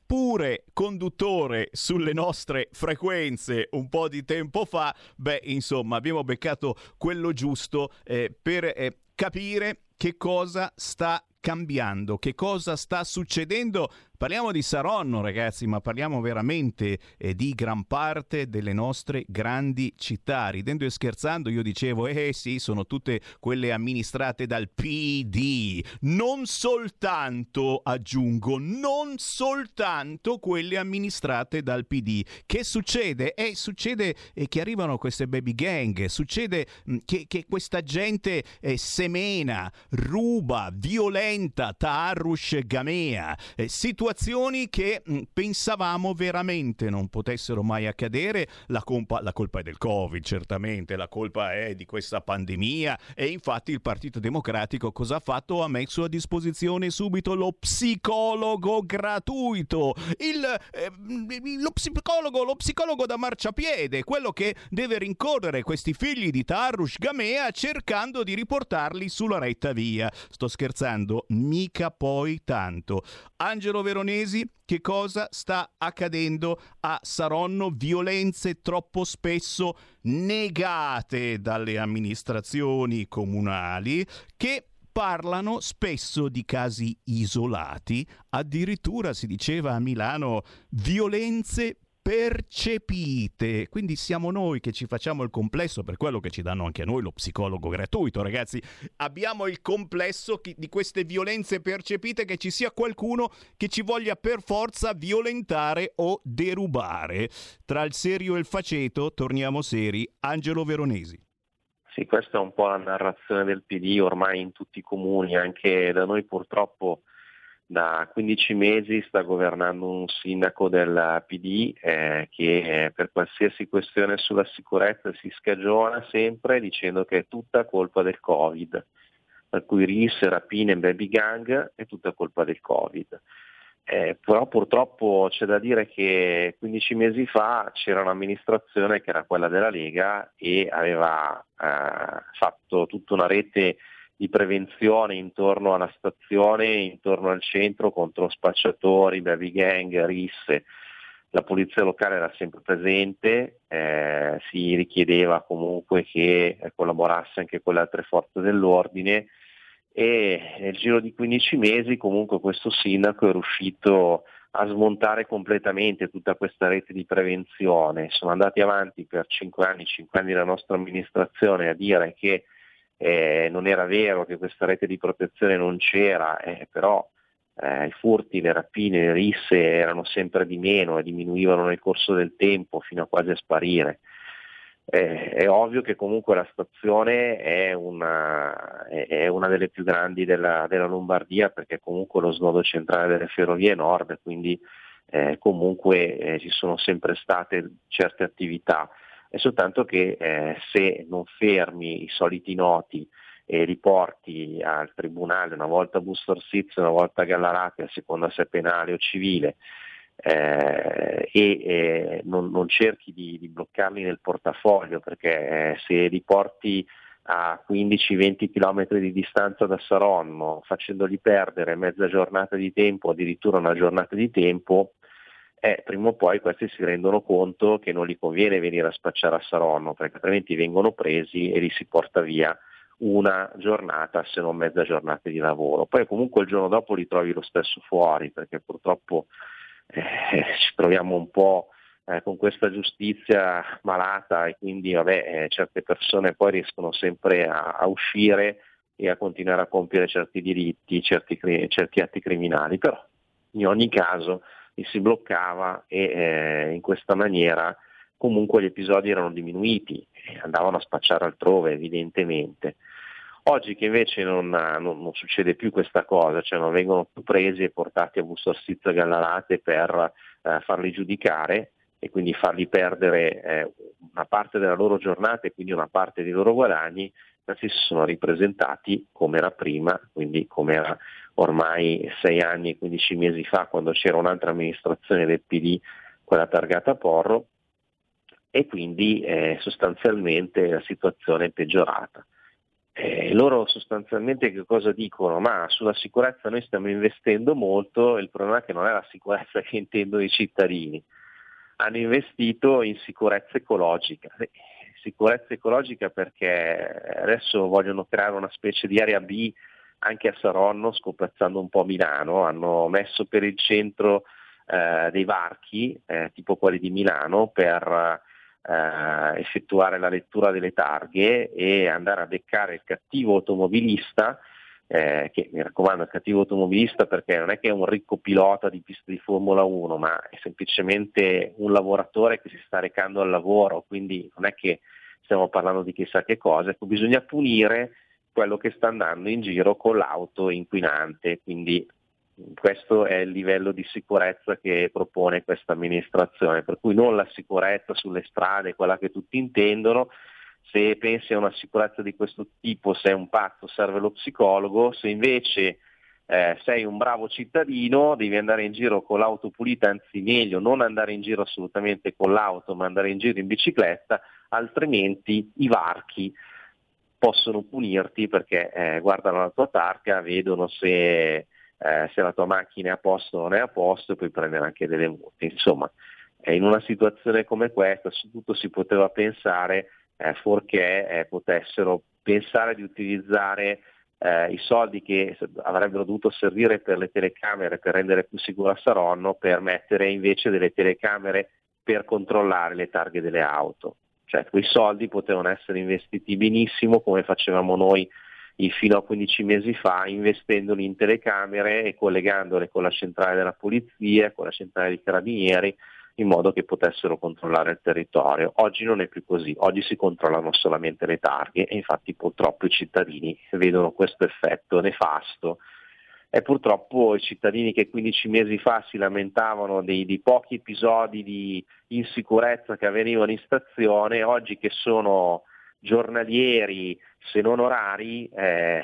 pure conduttore sulle nostre frequenze un po' di tempo fa, beh, insomma, abbiamo beccato quello giusto eh, per eh, capire che cosa sta cambiando, che cosa sta succedendo. Parliamo di Saronno, ragazzi, ma parliamo veramente eh, di gran parte delle nostre grandi città. Ridendo e scherzando io dicevo, eh sì, sono tutte quelle amministrate dal P D. Non soltanto, aggiungo, non soltanto quelle amministrate dal P D. Che succede? Eh, succede eh, che arrivano queste baby gang, succede mh, che, che questa gente eh, semena, ruba, violenta, Taarrush Gamea, eh, situazioni che mh, pensavamo veramente non potessero mai accadere. La colpa, la colpa è del Covid, certamente, la colpa è di questa pandemia, e infatti il Partito Democratico cosa ha fatto? Ha messo a disposizione subito lo psicologo gratuito, il, eh, lo psicologo, lo psicologo da marciapiede, quello che deve rincorrere questi figli di Taarrush Gamea cercando di riportarli sulla retta via. Sto scherzando, mica poi tanto. Angelo Veronesi, che cosa sta accadendo a Saronno? Violenze troppo spesso negate dalle amministrazioni comunali, che parlano spesso di casi isolati, addirittura si diceva a Milano violenze percepite. Quindi siamo noi che ci facciamo il complesso, per quello che ci danno anche a noi lo psicologo gratuito, ragazzi. Abbiamo il complesso di queste violenze percepite, che ci sia qualcuno che ci voglia per forza violentare o derubare. Tra il serio e il faceto, torniamo seri. Angelo Veronesi. Sì, questa è un po' la narrazione del P D ormai in tutti i comuni, anche da noi purtroppo da quindici mesi sta governando un sindaco del P D eh, che per qualsiasi questione sulla sicurezza si scagiona sempre dicendo che è tutta colpa del Covid, per cui risse, rapine e baby gang è tutta colpa del Covid. Eh, però purtroppo c'è da dire che quindici mesi fa c'era un'amministrazione che era quella della Lega e aveva eh, fatto tutta una rete di prevenzione intorno alla stazione, intorno al centro, contro spacciatori, baby gang, risse. La polizia locale era sempre presente, eh, si richiedeva comunque che eh, collaborasse anche con le altre forze dell'ordine, e nel giro di quindici mesi comunque questo sindaco è riuscito a smontare completamente tutta questa rete di prevenzione. Sono andati avanti per cinque anni, cinque anni della nostra amministrazione a dire che Eh, non era vero, che questa rete di protezione non c'era, eh, però eh, i furti, le rapine, le risse erano sempre di meno e diminuivano nel corso del tempo fino a quasi a sparire. Eh, è ovvio che comunque la stazione è una, è, è una delle più grandi della, della Lombardia, perché comunque lo snodo centrale delle ferrovie nord, quindi eh, comunque eh, ci sono sempre state certe attività. È soltanto che eh, se non fermi i soliti noti e li porti al tribunale, una volta a Busto Arsizio, una volta a Gallarate, a seconda se è penale o civile, eh, e eh, non, non cerchi di, di bloccarli nel portafoglio, perché eh, se li porti a quindici venti chilometri di distanza da Saronno, facendoli perdere mezza giornata di tempo, addirittura una giornata di tempo, Eh, prima o poi questi si rendono conto che non gli conviene venire a spacciare a Saronno, perché altrimenti vengono presi e li si porta via una giornata, se non mezza giornata di lavoro. Poi comunque il giorno dopo li trovi lo stesso fuori, perché purtroppo eh, ci troviamo un po' eh, con questa giustizia malata, e quindi vabbè, eh, certe persone poi riescono sempre a, a uscire e a continuare a compiere certi delitti, certi, certi atti criminali, però in ogni caso li si bloccava e eh, in questa maniera comunque gli episodi erano diminuiti e andavano a spacciare altrove, evidentemente. Oggi che invece non, non, non succede più questa cosa, cioè non vengono più presi e portati a Busto Arsizio e Gallarate per eh, farli giudicare e quindi fargli perdere eh, una parte della loro giornata e quindi una parte dei loro guadagni, questi si sono ripresentati come era prima, quindi come era ormai sei anni e quindici mesi fa, quando c'era un'altra amministrazione del P D, quella targata Porro, e quindi eh, sostanzialmente la situazione è peggiorata. Eh, loro sostanzialmente che cosa dicono? Ma sulla sicurezza noi stiamo investendo molto, il problema è che non è la sicurezza che intendono i cittadini. Hanno investito in sicurezza ecologica. Sicurezza ecologica perché adesso vogliono creare una specie di area B anche a Saronno, scopiazzando un po' Milano. Hanno messo per il centro eh, dei varchi, eh, tipo quelli di Milano, per Uh, effettuare la lettura delle targhe e andare a beccare il cattivo automobilista, eh, che mi raccomando il cattivo automobilista perché non è che è un ricco pilota di piste di Formula uno, ma è semplicemente un lavoratore che si sta recando al lavoro, quindi non è che stiamo parlando di chissà che cosa. Ecco, bisogna punire quello che sta andando in giro con l'auto inquinante, quindi questo è il livello di sicurezza che propone questa amministrazione, per cui non la sicurezza sulle strade, quella che tutti intendono. Se pensi a una sicurezza di questo tipo, sei un pazzo, serve lo psicologo. Se invece eh, sei un bravo cittadino, devi andare in giro con l'auto pulita, anzi meglio non andare in giro assolutamente con l'auto, ma andare in giro in bicicletta, altrimenti i varchi possono punirti perché eh, guardano la tua targa, vedono se Eh, se la tua macchina è a posto o non è a posto e puoi prendere anche delle multe. Insomma, eh, in una situazione come questa su tutto si poteva pensare eh, fuorché eh, potessero pensare di utilizzare eh, i soldi che avrebbero dovuto servire per le telecamere per rendere più sicura Saronno, per mettere invece delle telecamere per controllare le targhe delle auto. Cioè quei soldi potevano essere investiti benissimo come facevamo noi fino a quindici mesi fa, investendoli in telecamere e collegandole con la centrale della polizia, con la centrale dei carabinieri, in modo che potessero controllare il territorio. Oggi non è più così, oggi si controllano solamente le targhe e infatti purtroppo i cittadini vedono questo effetto nefasto e purtroppo i cittadini che quindici mesi fa si lamentavano dei, dei pochi episodi di insicurezza che avvenivano in stazione, oggi che sono giornalieri, se non orari, eh,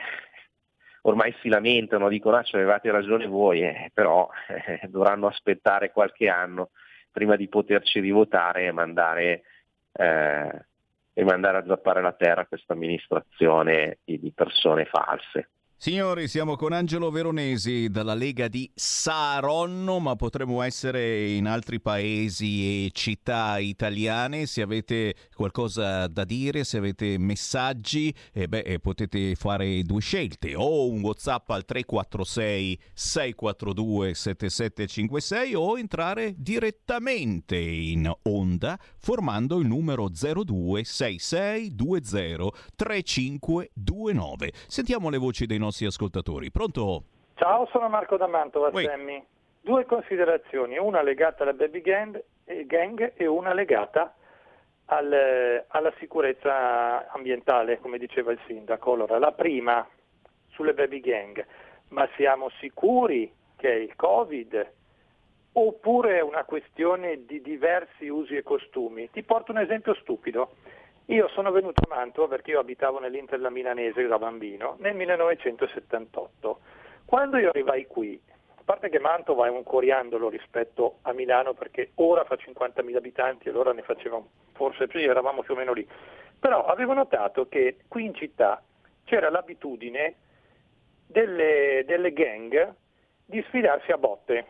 ormai si lamentano, dicono ah, ci avevate ragione voi, eh, però eh, dovranno aspettare qualche anno prima di poterci rivotare e mandare, eh, e mandare a zappare la terra questa amministrazione di, di persone false. Signori, siamo con Angelo Veronesi dalla Lega di Saronno, ma potremmo essere in altri paesi e città italiane. Se avete qualcosa da dire, se avete messaggi, eh beh, potete fare due scelte: o un WhatsApp al tre quattro sei sei quattro due sette sette cinque sei o entrare direttamente in onda formando il numero zero due sei sei due zero tre cinque due nove. Sentiamo le voci dei nostri ascoltatori. Pronto? Ciao, sono Marco da Mantova, Ui. Sammy. Due considerazioni, una legata alla baby gang, gang e una legata al, alla sicurezza ambientale, come diceva il sindaco. Allora, la prima sulle baby gang, ma siamo sicuri che è il Covid oppure è una questione di diversi usi e costumi? Ti porto un esempio stupido. Io sono venuto a Mantova perché io abitavo nell'Interla Milanese da bambino nel millenovecentosettantotto. Quando io arrivai qui, a parte che Mantova è un coriandolo rispetto a Milano perché ora fa cinquantamila abitanti e allora ne faceva forse più, eravamo più o meno lì, però avevo notato che qui in città c'era l'abitudine delle, delle gang di sfidarsi a botte.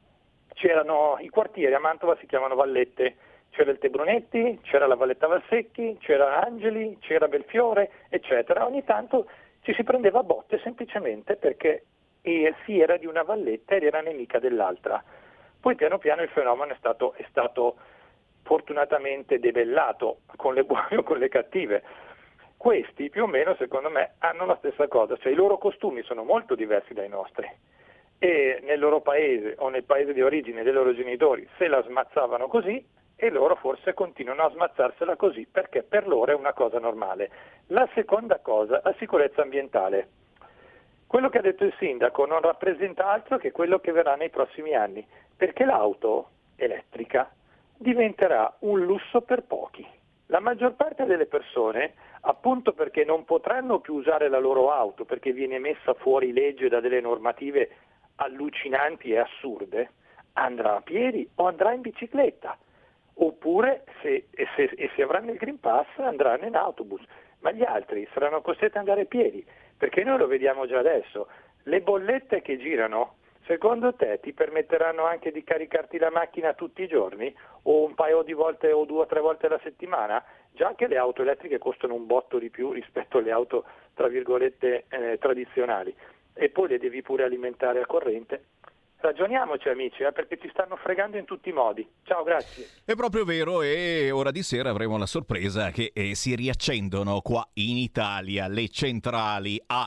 C'erano i quartieri a Mantova, si chiamano vallette. C'era il Tebrunetti, c'era la Valletta Valsecchi, c'era Angeli, c'era Belfiore, eccetera. Ogni tanto ci si prendeva a botte semplicemente perché si era di una valletta ed era nemica dell'altra. Poi piano piano il fenomeno è stato, è stato fortunatamente debellato con le buone o con le cattive. Questi più o meno secondo me hanno la stessa cosa, cioè i loro costumi sono molto diversi dai nostri e nel loro paese o nel paese di origine dei loro genitori se la smazzavano così, e loro forse continuano a smazzarsela così perché per loro è una cosa normale. La seconda cosa, la sicurezza ambientale. Quello che ha detto il sindaco non rappresenta altro che quello che verrà nei prossimi anni, perché l'auto elettrica diventerà un lusso per pochi. La maggior parte delle persone, appunto perché non potranno più usare la loro auto perché viene messa fuori legge da delle normative allucinanti e assurde, andrà a piedi o andrà in bicicletta. Oppure se, se, e se avranno il Green Pass andranno in autobus, ma gli altri saranno costretti ad andare a piedi, perché noi lo vediamo già adesso. Le bollette che girano, secondo te ti permetteranno anche di caricarti la macchina tutti i giorni o un paio di volte o due o tre volte alla settimana? Già che le auto elettriche costano un botto di più rispetto alle auto tra virgolette eh, tradizionali, e poi le devi pure alimentare a corrente. Ragioniamoci amici, eh, perché ci stanno fregando in tutti i modi. Ciao, grazie. È proprio vero, e ora di sera avremo la sorpresa che eh, si riaccendono qua in Italia le centrali a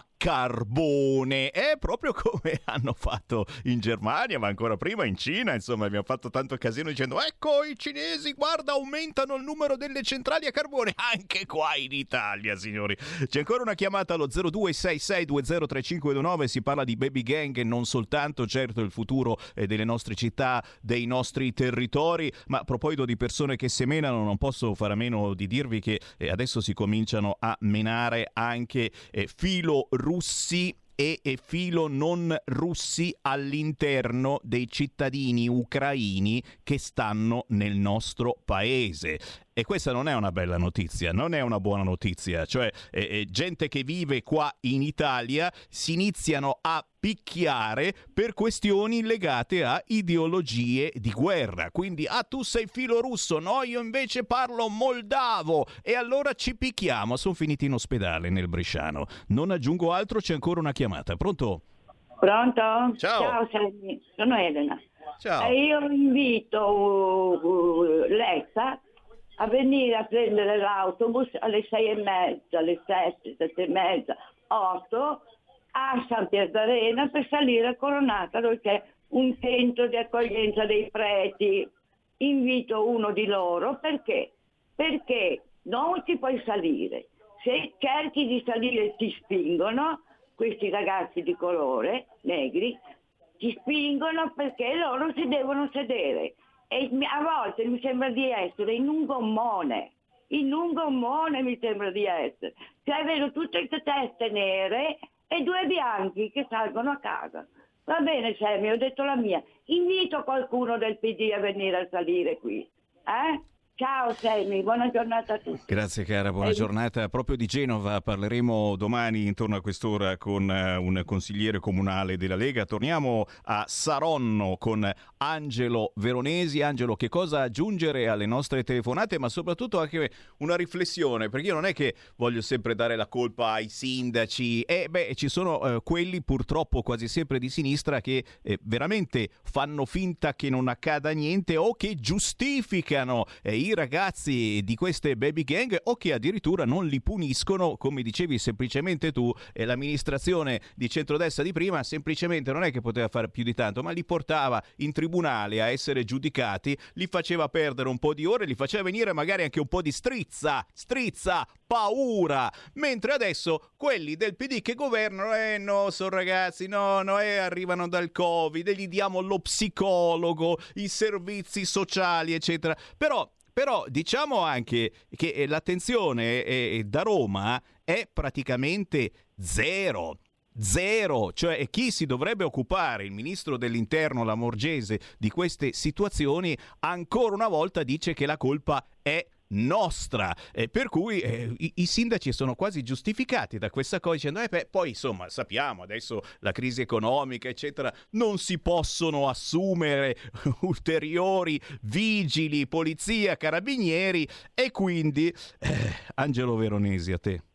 carbone, è proprio come hanno fatto in Germania, ma ancora prima in Cina. Insomma, abbiamo fatto tanto casino dicendo ecco i cinesi, guarda, aumentano il numero delle centrali a carbone anche qua in Italia, signori. C'è ancora una chiamata allo zero due sei sei due zero tre cinque due nove, si parla di baby gang e non soltanto, certo il futuro eh, delle nostre città, dei nostri territori, ma a proposito di persone che semenano, non posso fare a meno di dirvi che eh, adesso si cominciano a menare anche eh, filo russi e, e filo non russi all'interno dei cittadini ucraini che stanno nel nostro paese. E questa non è una bella notizia, non è una buona notizia. Cioè, eh, eh, gente che vive qua in Italia si iniziano a picchiare per questioni legate a ideologie di guerra. Quindi, ah, tu sei filo russo, no, io invece parlo moldavo, e allora ci picchiamo. Sono finiti in ospedale nel Bresciano. Non aggiungo altro, c'è ancora una chiamata. Pronto? Pronto? Ciao. Ciao, Sammy. Sono Elena. Ciao. E io invito uh, uh, Letta a venire a prendere l'autobus alle sei e mezza, alle sette, sette e mezza, otto a San Pierdarena per salire a Coronata, dove c'è un centro di accoglienza dei preti. Invito uno di loro perché? Perché non ci puoi salire. Se cerchi di salire ti spingono, questi ragazzi di colore, negri, ti spingono perché loro si devono sedere. E a volte mi sembra di essere in un gommone, in un gommone mi sembra di essere. Cioè vedo tutte le teste nere e due bianchi che salgono a casa. Va bene, Sammy, ho detto la mia. Invito qualcuno del P D a venire a salire qui. Eh? Ciao Sammy, buona giornata a tutti. Grazie cara, buona giornata. Proprio di Genova parleremo domani intorno a quest'ora con uh, un consigliere comunale della Lega. Torniamo a Saronno con Angelo Veronesi. Angelo, che cosa aggiungere alle nostre telefonate, ma soprattutto anche una riflessione, perché io non è che voglio sempre dare la colpa ai sindaci, e eh, beh, ci sono uh, quelli purtroppo quasi sempre di sinistra che eh, veramente fanno finta che non accada niente o che giustificano eh, i ragazzi di queste baby gang, o che addirittura non li puniscono, come dicevi semplicemente tu. E l'amministrazione di centrodestra di prima semplicemente non è che poteva fare più di tanto, ma li portava in tribunale a essere giudicati, li faceva perdere un po' di ore, li faceva venire magari anche un po' di strizza, strizza, paura, mentre adesso quelli del P D che governano, eh no, sono ragazzi, no, no, eh, arrivano dal Covid, e gli diamo lo psicologo, i servizi sociali, eccetera. Però Però diciamo anche che l'attenzione eh, da Roma è praticamente zero. Zero, cioè chi si dovrebbe occupare, il ministro dell'interno Lamorgese, di queste situazioni, ancora una volta dice che la colpa è nostra, eh, per cui eh, i, i sindaci sono quasi giustificati da questa cosa, dicendo eh, beh, poi insomma sappiamo adesso la crisi economica eccetera, non si possono assumere ulteriori vigili, polizia, carabinieri, e quindi eh, Angelo Veronesi, a te.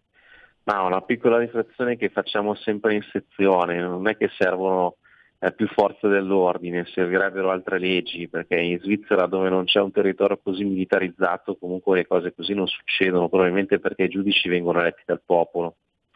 Ma una piccola riflessione che facciamo sempre in sezione: non è che servono eh, più forze dell'ordine, servirebbero altre leggi, perché in Svizzera, dove non c'è un territorio così militarizzato, comunque le cose così non succedono, probabilmente perché i giudici vengono eletti dal popolo.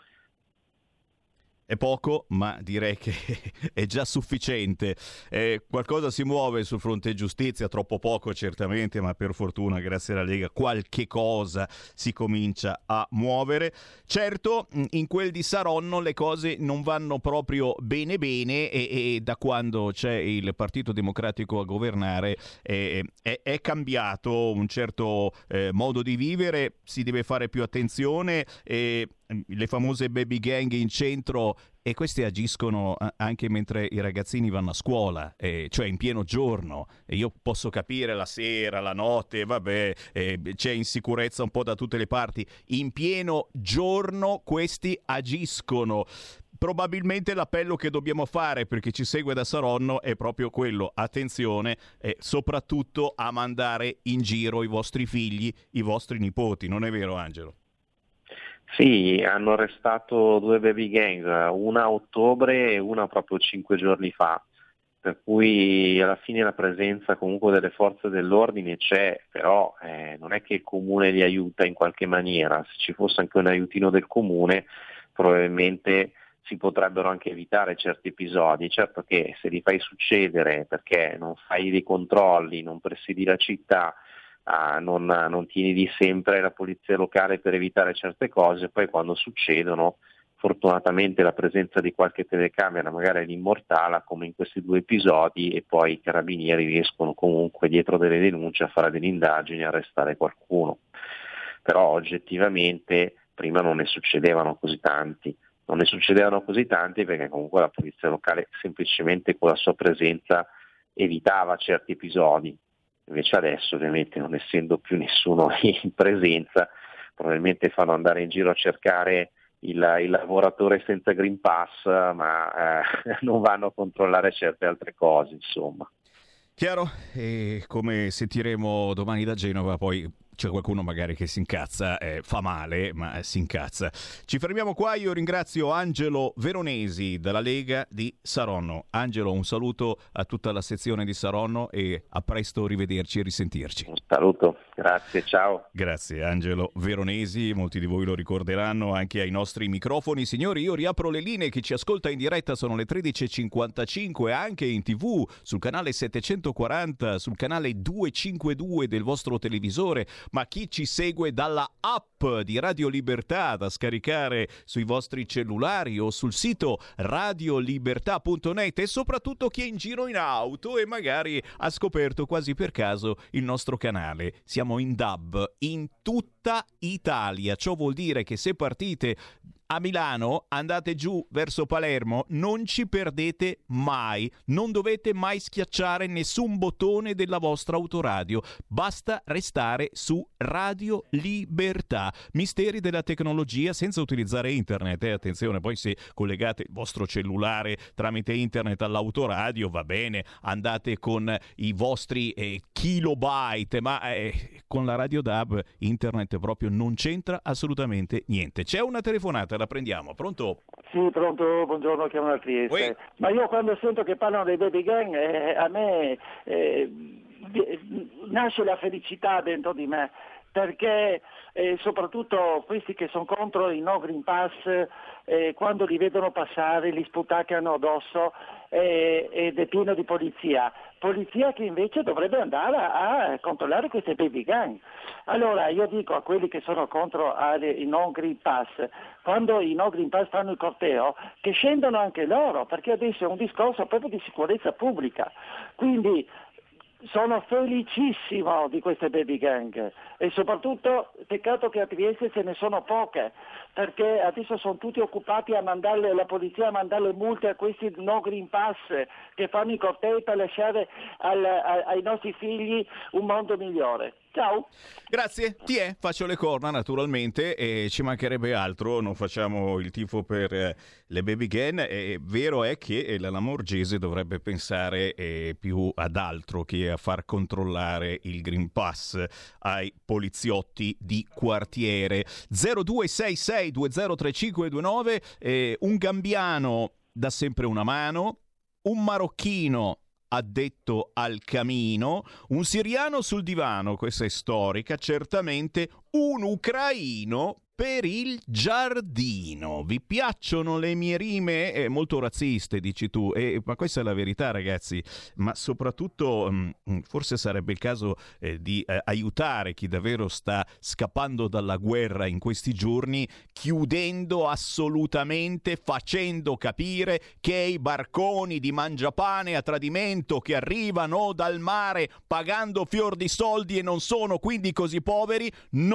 È poco, ma direi che è già sufficiente. Eh, qualcosa si muove sul fronte giustizia, troppo poco certamente, ma per fortuna, grazie alla Lega, qualche cosa si comincia a muovere. Certo, in quel di Saronno le cose non vanno proprio bene bene, e, e da quando c'è il Partito Democratico a governare eh, è, è cambiato un certo eh, modo di vivere, si deve fare più attenzione, e le famose baby gang in centro, e queste agiscono anche mentre i ragazzini vanno a scuola, eh, cioè in pieno giorno. E io posso capire la sera, la notte, vabbè, eh, c'è insicurezza un po' da tutte le parti. In pieno giorno questi agiscono. Probabilmente l'appello che dobbiamo fare per chi ci segue da Saronno è proprio quello: attenzione, eh, soprattutto a mandare in giro i vostri figli, i vostri nipoti, non è vero Angelo? Sì, hanno arrestato due baby gang, una a ottobre e una proprio cinque giorni fa, per cui alla fine la presenza comunque delle forze dell'ordine c'è, però eh, non è che il comune li aiuta in qualche maniera. Se ci fosse anche un aiutino del comune probabilmente si potrebbero anche evitare certi episodi. Certo che se li fai succedere perché non fai dei controlli, non presiedi la città, ah, non, non tieni di sempre la polizia locale per evitare certe cose, poi quando succedono fortunatamente la presenza di qualche telecamera magari li immortala, come in questi due episodi, e poi i carabinieri riescono comunque dietro delle denunce a fare delle indagini e arrestare qualcuno. Però oggettivamente prima non ne succedevano così tanti. Non ne succedevano così tanti perché comunque la polizia locale semplicemente con la sua presenza evitava certi episodi. Invece adesso, ovviamente, non essendo più nessuno in presenza, probabilmente fanno andare in giro a cercare il, il lavoratore senza Green Pass, ma eh, non vanno a controllare certe altre cose, insomma. Chiaro, e come sentiremo domani da Genova, poi c'è qualcuno magari che si incazza, eh, fa male, ma si incazza. Ci fermiamo qua, io ringrazio Angelo Veronesi della Lega di Saronno. Angelo, un saluto a tutta la sezione di Saronno e a presto, rivederci e risentirci. Un saluto, grazie, ciao. Grazie Angelo Veronesi, molti di voi lo ricorderanno anche ai nostri microfoni. Signori, io riapro le linee, chi ci ascolta in diretta sono le tredici e cinquantacinque, anche in tv, sul canale settecentoquaranta, sul canale duecentocinquantadue del vostro televisore, ma chi ci segue dalla app di Radio Libertà da scaricare sui vostri cellulari o sul sito radiolibertà punto net, e soprattutto chi è in giro in auto e magari ha scoperto quasi per caso il nostro canale. Siamo in D A B in tutta Italia, ciò vuol dire che se partite a Milano, andate giù verso Palermo, non ci perdete mai, non dovete mai schiacciare nessun bottone della vostra autoradio, basta restare su Radio Libertà. Misteri della tecnologia senza utilizzare internet, eh, attenzione, poi se collegate il vostro cellulare tramite internet all'autoradio va bene, andate con i vostri eh, kilobyte, ma eh, con la radio D A B internet proprio non c'entra assolutamente niente. C'è una telefonata, la prendiamo. Pronto? Sì, pronto, buongiorno, chiamo da Trieste. Oui. Ma io quando sento che parlano dei baby gang, eh, a me eh, nasce la felicità dentro di me, perché eh, soprattutto questi che sono contro il no Green Pass, eh, quando li vedono passare li sputacchiano addosso, eh, ed è pieno di polizia. Polizia che invece dovrebbe andare a, a controllare queste baby gang. Allora io dico a quelli che sono contro il no Green Pass, quando i no Green Pass fanno il corteo, che scendano anche loro, perché adesso è un discorso proprio di sicurezza pubblica. Quindi sono felicissimo di queste baby gang e soprattutto peccato che a Trieste ce ne sono poche, perché adesso sono tutti occupati a mandarle, la polizia a mandare le multe a questi no Green Pass che fanno i cortei per lasciare al, a, ai nostri figli un mondo migliore. Ciao. Grazie, ti è, faccio le corna naturalmente e ci mancherebbe altro, non facciamo il tifo per eh, le baby gang. È vero è che eh, la Lamorgese dovrebbe pensare eh, più ad altro che a far controllare il Green Pass ai poliziotti di quartiere. zero due sei sei due zero tre cinque due nove, eh, un gambiano dà sempre una mano, un marocchino addetto al camino, un siriano sul divano, questa è storica, certamente un ucraino per il giardino. Vi piacciono le mie rime? Eh, molto razziste, dici tu, eh, ma questa è la verità, ragazzi. Ma soprattutto mh, forse sarebbe il caso eh, di eh, aiutare chi davvero sta scappando dalla guerra in questi giorni, chiudendo assolutamente, facendo capire che i barconi di mangiapane a tradimento che arrivano dal mare pagando fior di soldi e non sono quindi così poveri non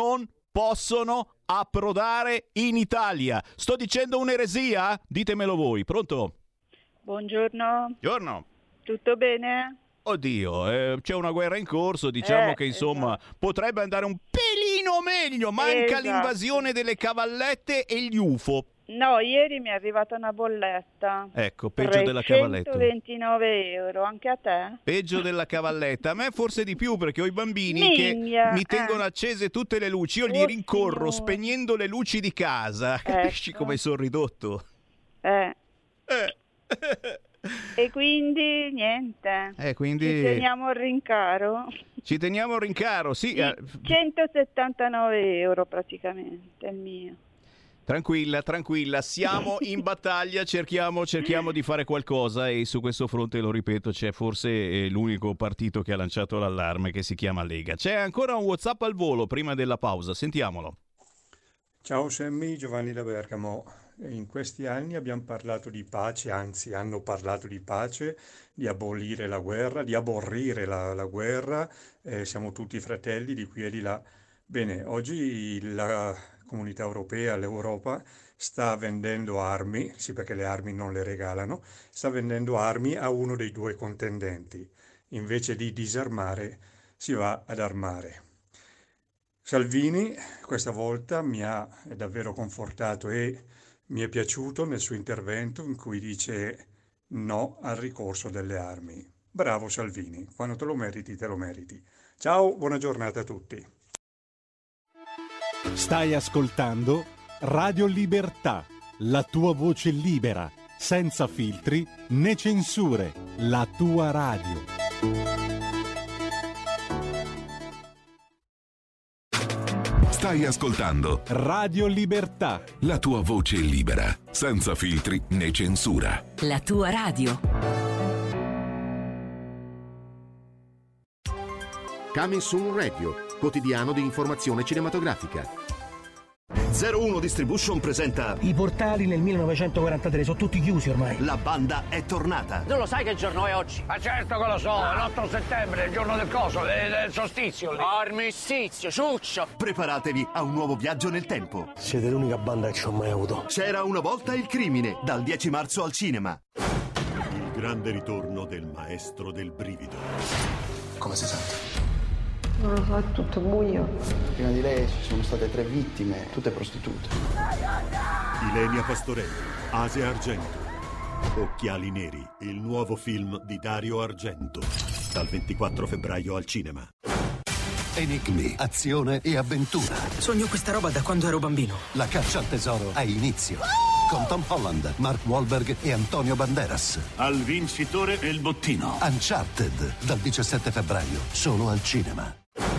possono approdare in Italia. Sto dicendo un'eresia? Ditemelo voi. Pronto? Buongiorno. Buongiorno. Tutto bene? Oddio, eh, c'è una guerra in corso, diciamo Eh, che insomma esatto. potrebbe andare un pelino meglio. Manca Esatto. l'invasione delle cavallette e gli U F O. No, ieri mi è arrivata una bolletta. Ecco, peggio della cavalletta. trecentoventinove euro, anche a te? Peggio della cavalletta. A me forse di più, perché ho i bambini Miglia, che mi tengono eh. accese tutte le luci. Io gli Oh, rincorro signore. spegnendo le luci di casa. Capisci Ecco. come sono ridotto? Eh. E quindi niente. Eh, quindi Ci teniamo al rincaro. ci teniamo al rincaro, sì. Di eh, centosettantanove euro praticamente, il mio. Tranquilla, tranquilla, siamo in battaglia, cerchiamo, cerchiamo di fare qualcosa e su questo fronte, lo ripeto, c'è forse eh, l'unico partito che ha lanciato l'allarme, che si chiama Lega. C'è ancora un WhatsApp al volo prima della pausa, sentiamolo. Ciao Sammy, Giovanni da Bergamo. In questi anni abbiamo parlato di pace, anzi hanno parlato di pace, di abolire la guerra, di aborrire la, la guerra, eh, siamo tutti fratelli di qui e di là. Bene, oggi la Comunità Europea, l'Europa, sta vendendo armi, sì perché le armi non le regalano, sta vendendo armi a uno dei due contendenti. Invece di disarmare si va ad armare. Salvini questa volta mi ha davvero confortato e mi è piaciuto nel suo intervento in cui dice no al ricorso delle armi. Bravo Salvini, quando te lo meriti, te lo meriti. Ciao, buona giornata a tutti. Stai ascoltando Radio Libertà, la tua voce libera, senza filtri né censure, la tua radio. Stai ascoltando Radio Libertà, la tua voce libera, senza filtri né censura. La tua radio. Coming Soon Radio, quotidiano di informazione cinematografica. zero uno Distribution presenta I portali nel millenovecentoquarantatré sono tutti chiusi ormai. La banda è tornata. Non lo sai che giorno è oggi? Ma certo che lo so, è l'otto settembre, il giorno del coso, del solstizio. Armistizio, ciuccio. Preparatevi a un nuovo viaggio nel tempo. Siete l'unica banda che ci ho mai avuto. C'era una volta il crimine, dal dieci marzo al cinema. Il grande ritorno del maestro del brivido. Come si sente? Non lo so, è tutto buio. Prima di lei ci sono state tre vittime, tutte prostitute. Ilenia Pastorelli, Asia Argento. Occhiali neri, il nuovo film di Dario Argento. Dal ventiquattro febbraio al cinema. Enigmi, azione e avventura. Sogno questa roba da quando ero bambino. La caccia al tesoro ha inizio. Con Tom Holland, Mark Wahlberg e Antonio Banderas. Al vincitore e il bottino. Uncharted, dal diciassette febbraio, solo al cinema.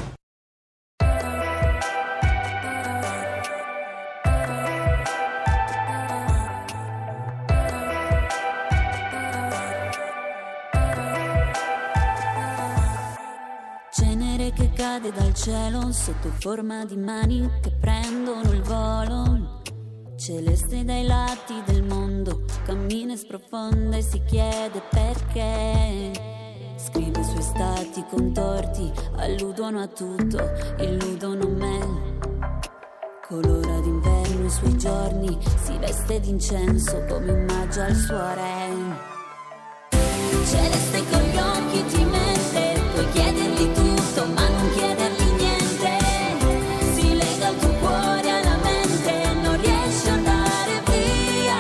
Cenere che cade dal cielo sotto forma di mani che prendono il volo. Celeste dai lati del mondo, cammina e sprofonda e si chiede perché. Scrive i suoi stati contorti, alludono a tutto, illudono me. Colora d'inverno i suoi giorni, si veste d'incenso come un maggio al suo re. Celeste con gli occhi ti mette, puoi chiedergli tutto ma non chiedergli niente. Si lega al tuo cuore alla mente, non riesci a andare via.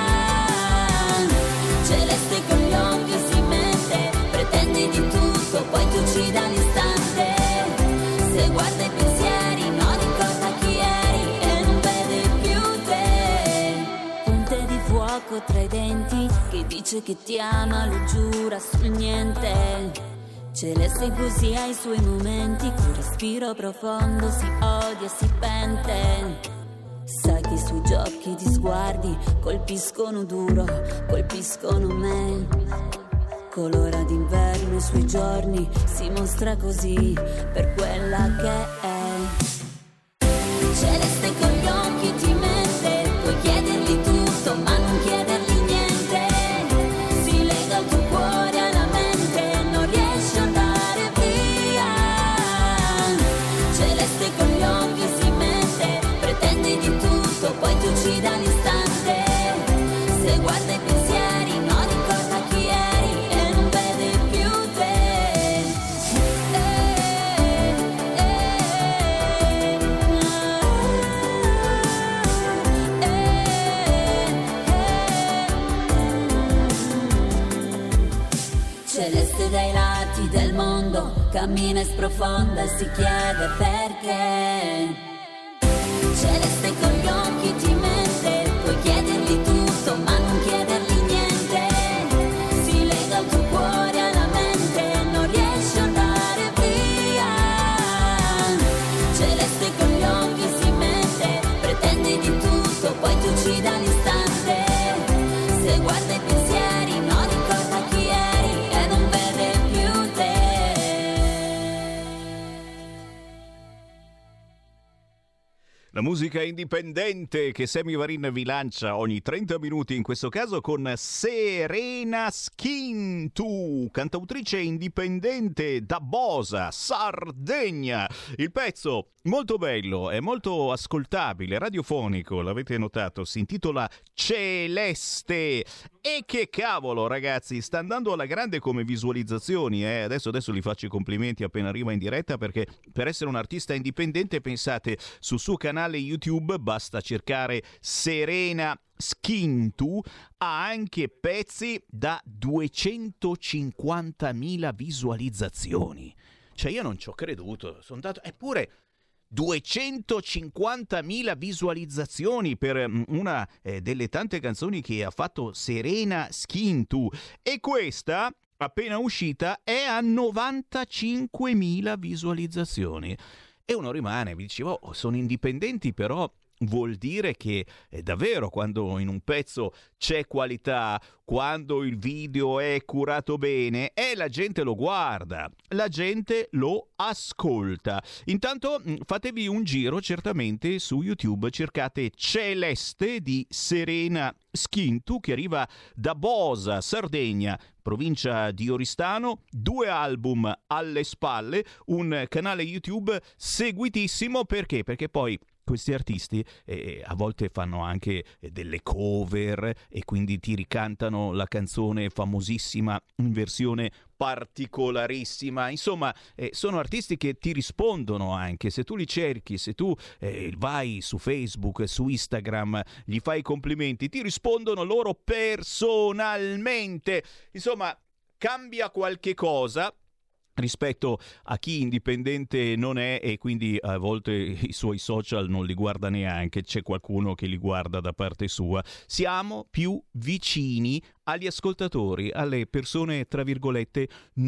Celeste con gli occhi si mette, pretende di tutto, poi ti uccide all'istante. Se guarda i pensieri non ricorda chi eri e non vede più te. Punte di fuoco tra i denti, che dice che ti ama, lo giura sul niente. Celeste così ai suoi momenti, con respiro profondo si odia, si pente. Sai che i suoi giochi di sguardi colpiscono duro, colpiscono me. Colora d'inverno i suoi giorni, si mostra così per quella che è. Celeste con gli occhi ti mette, puoi chiedergli tutto ma non chiedergli niente. Si lega al tuo cuore alla mente, non riesci a andare via. Celeste con gli occhi si mette, cammina e sprofonda e si chiede perché. Celeste con gli occhi ti mente, puoi chiedergli tutto ma non chiedergli niente. Si lega il tuo cuore alla mente, non riesci a andare via. Celeste con gli occhi si mette, pretende di tutto, poi ti uccide all'istante. Se guarda i pensieri non ricorda chi eri e non vede più te. La musica indipendente che Sammy Varin vi lancia ogni trenta minuti, in questo caso con Serena Skintu, cantautrice indipendente da Bosa, Sardegna. Il pezzo molto bello, è molto ascoltabile, radiofonico, l'avete notato, si intitola Celeste. E che cavolo, ragazzi, sta andando alla grande come visualizzazioni, eh? adesso, adesso gli faccio i complimenti appena arriva in diretta, perché per essere un artista indipendente, pensate, sul suo canale YouTube basta cercare Serena Skintu, ha anche pezzi da duecentocinquantamila visualizzazioni. Cioè io non ci ho creduto, sono andato, eppure duecentocinquantamila visualizzazioni per una eh, delle tante canzoni che ha fatto Serena Skintu, e questa appena uscita è a novantacinquemila visualizzazioni. E uno rimane, mi dicevo, oh, sono indipendenti, però vuol dire che eh, davvero quando in un pezzo c'è qualità, quando il video è curato bene, e eh, la gente lo guarda, la gente lo ascolta. Intanto fatevi un giro certamente su YouTube, cercate Celeste di Serena Skintu, che arriva da Bosa, Sardegna, provincia di Oristano, due album alle spalle, un canale YouTube seguitissimo. Perché? Perché poi questi artisti eh, a volte fanno anche eh, delle cover, e quindi ti ricantano la canzone famosissima in versione particolarissima. Insomma, eh, sono artisti che ti rispondono anche se tu li cerchi, se tu eh, vai su Facebook, su Instagram, gli fai i complimenti, ti rispondono loro personalmente. Insomma, cambia qualche cosa rispetto a chi indipendente non è, e quindi a volte i suoi social non li guarda neanche, c'è qualcuno che li guarda da parte sua. Siamo più vicini agli ascoltatori, alle persone tra virgolette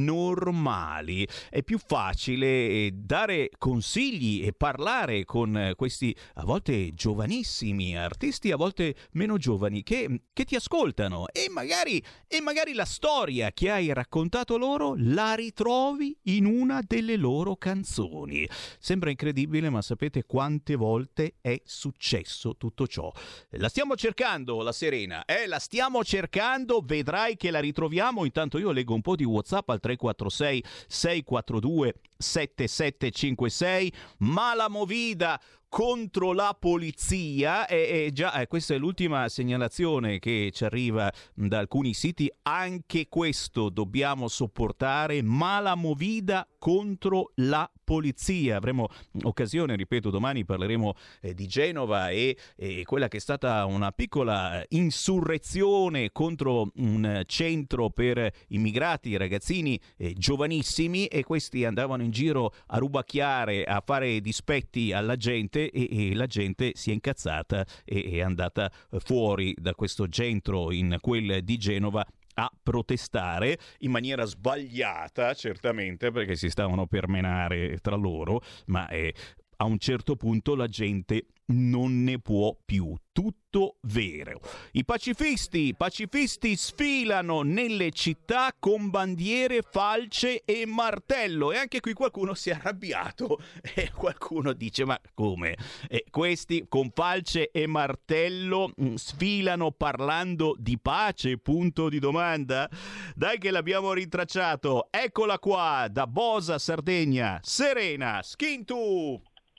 normali. È più facile dare consigli e parlare con questi a volte giovanissimi artisti, a volte meno giovani, che, che ti ascoltano, e magari, e magari la storia che hai raccontato loro la ritrovi in una delle loro canzoni. Sembra incredibile, ma sapete quante volte è successo tutto ciò? La stiamo cercando, la Serena, eh? La stiamo cercando, vedrai che la ritroviamo. Intanto io leggo un po' di WhatsApp al tre quattro sei sei quattro due sette sette cinque sei. Ma la movida contro la polizia, e, e già eh, questa è l'ultima segnalazione che ci arriva da alcuni siti, anche questo dobbiamo sopportare, ma la movida contro la polizia. Avremo occasione, ripeto, domani parleremo eh, di Genova e, e quella che è stata una piccola insurrezione contro un centro per immigrati, ragazzini eh, giovanissimi, e questi andavano in giro a rubacchiare, a fare dispetti alla gente, e, e la gente si è incazzata e è andata fuori da questo centro in quel di Genova a protestare in maniera sbagliata, certamente, perché si stavano per menare tra loro, ma eh, a un certo punto la gente non ne può più. Tutto vero. I pacifisti, pacifisti sfilano nelle città con bandiere, falce e martello, e anche qui qualcuno si è arrabbiato e qualcuno dice: ma come? E questi con falce e martello mh, sfilano parlando di pace? Punto di domanda. Dai che l'abbiamo rintracciato. Eccola qua, da Bosa, Sardegna, Serena Skintu.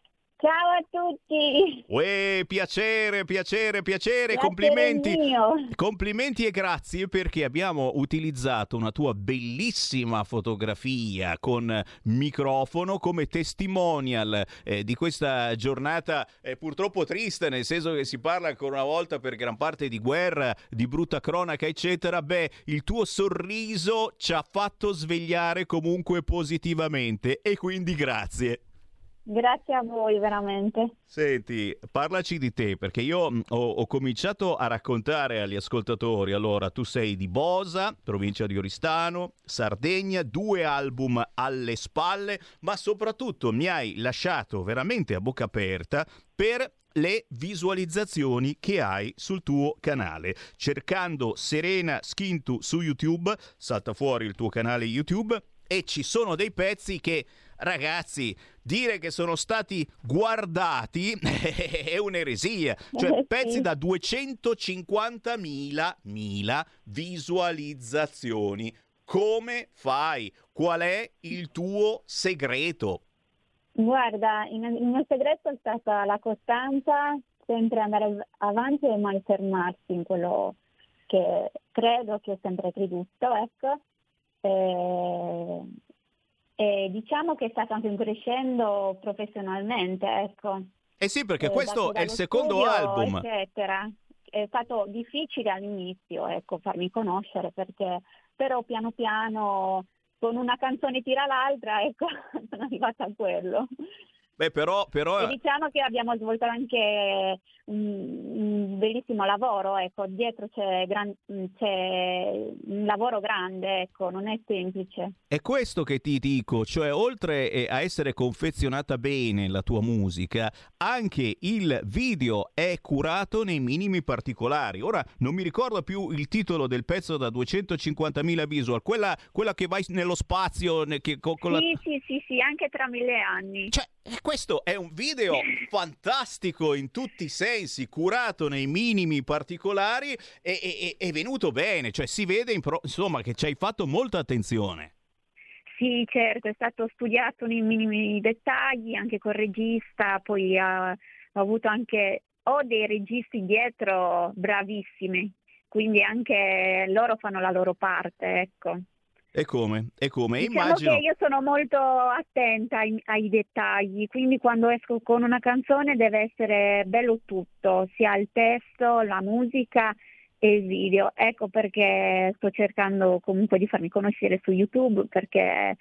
Ciao a tutti. Uè, piacere, piacere, piacere, Piacere complimenti. mio. Complimenti e grazie perché abbiamo utilizzato una tua bellissima fotografia con microfono come testimonial eh, di questa giornata eh, purtroppo triste, nel senso che si parla ancora una volta per gran parte di guerra, di brutta cronaca, eccetera. Beh, il tuo sorriso ci ha fatto svegliare comunque positivamente e quindi grazie. Grazie a voi, veramente. Senti, parlaci di te, perché io mh, ho, ho cominciato a raccontare agli ascoltatori. Allora, tu sei di Bosa, provincia di Oristano, Sardegna, due album alle spalle, ma soprattutto mi hai lasciato veramente a bocca aperta per le visualizzazioni che hai sul tuo canale. Cercando Serena Skintu su YouTube, salta fuori il tuo canale YouTube e ci sono dei pezzi che, ragazzi, dire che sono stati guardati è un'eresia. Cioè, Eh, pezzi sì. da duecentocinquantamila mila visualizzazioni. Come fai? Qual è il tuo segreto? Guarda, in- il mio segreto è stata la costanza, sempre andare av- avanti e mai fermarsi in quello che credo, che ho sempre creduto, ecco. E, e diciamo che è stato anche un crescendo professionalmente, ecco. Eh sì, perché Eh, questo dato è il dallo secondo studio, album. eccetera. È stato difficile all'inizio, ecco, farmi conoscere, perché però piano piano con una canzone tira l'altra, ecco, sono arrivata a quello. Beh, però, però E diciamo che abbiamo svolto anche un, un bellissimo lavoro, ecco, dietro c'è, gran- c'è un lavoro grande, ecco, non è semplice. è questo che ti dico, cioè oltre eh, a essere confezionata bene la tua musica, anche il video è curato nei minimi particolari. Ora non mi ricordo più il titolo del pezzo da duecentocinquantamila visual, quella, quella che vai nello spazio, ne- che, con, con la... Sì, sì, sì, sì, anche tra mille anni. Cioè, E questo è un video fantastico in tutti i sensi, curato nei minimi particolari e, e- e- è venuto bene, cioè si vede in pro- insomma che ci hai fatto molta attenzione. Sì, certo, è stato studiato nei minimi dettagli, anche col regista, poi ha, ho avuto anche, ho dei registi dietro bravissimi, quindi anche loro fanno la loro parte, ecco. E come? E come? Diciamo Immagino. che io sono molto attenta ai, ai dettagli, quindi quando esco con una canzone deve essere bello tutto, sia il testo, la musica e il video. Ecco perché sto cercando comunque di farmi conoscere su YouTube, perché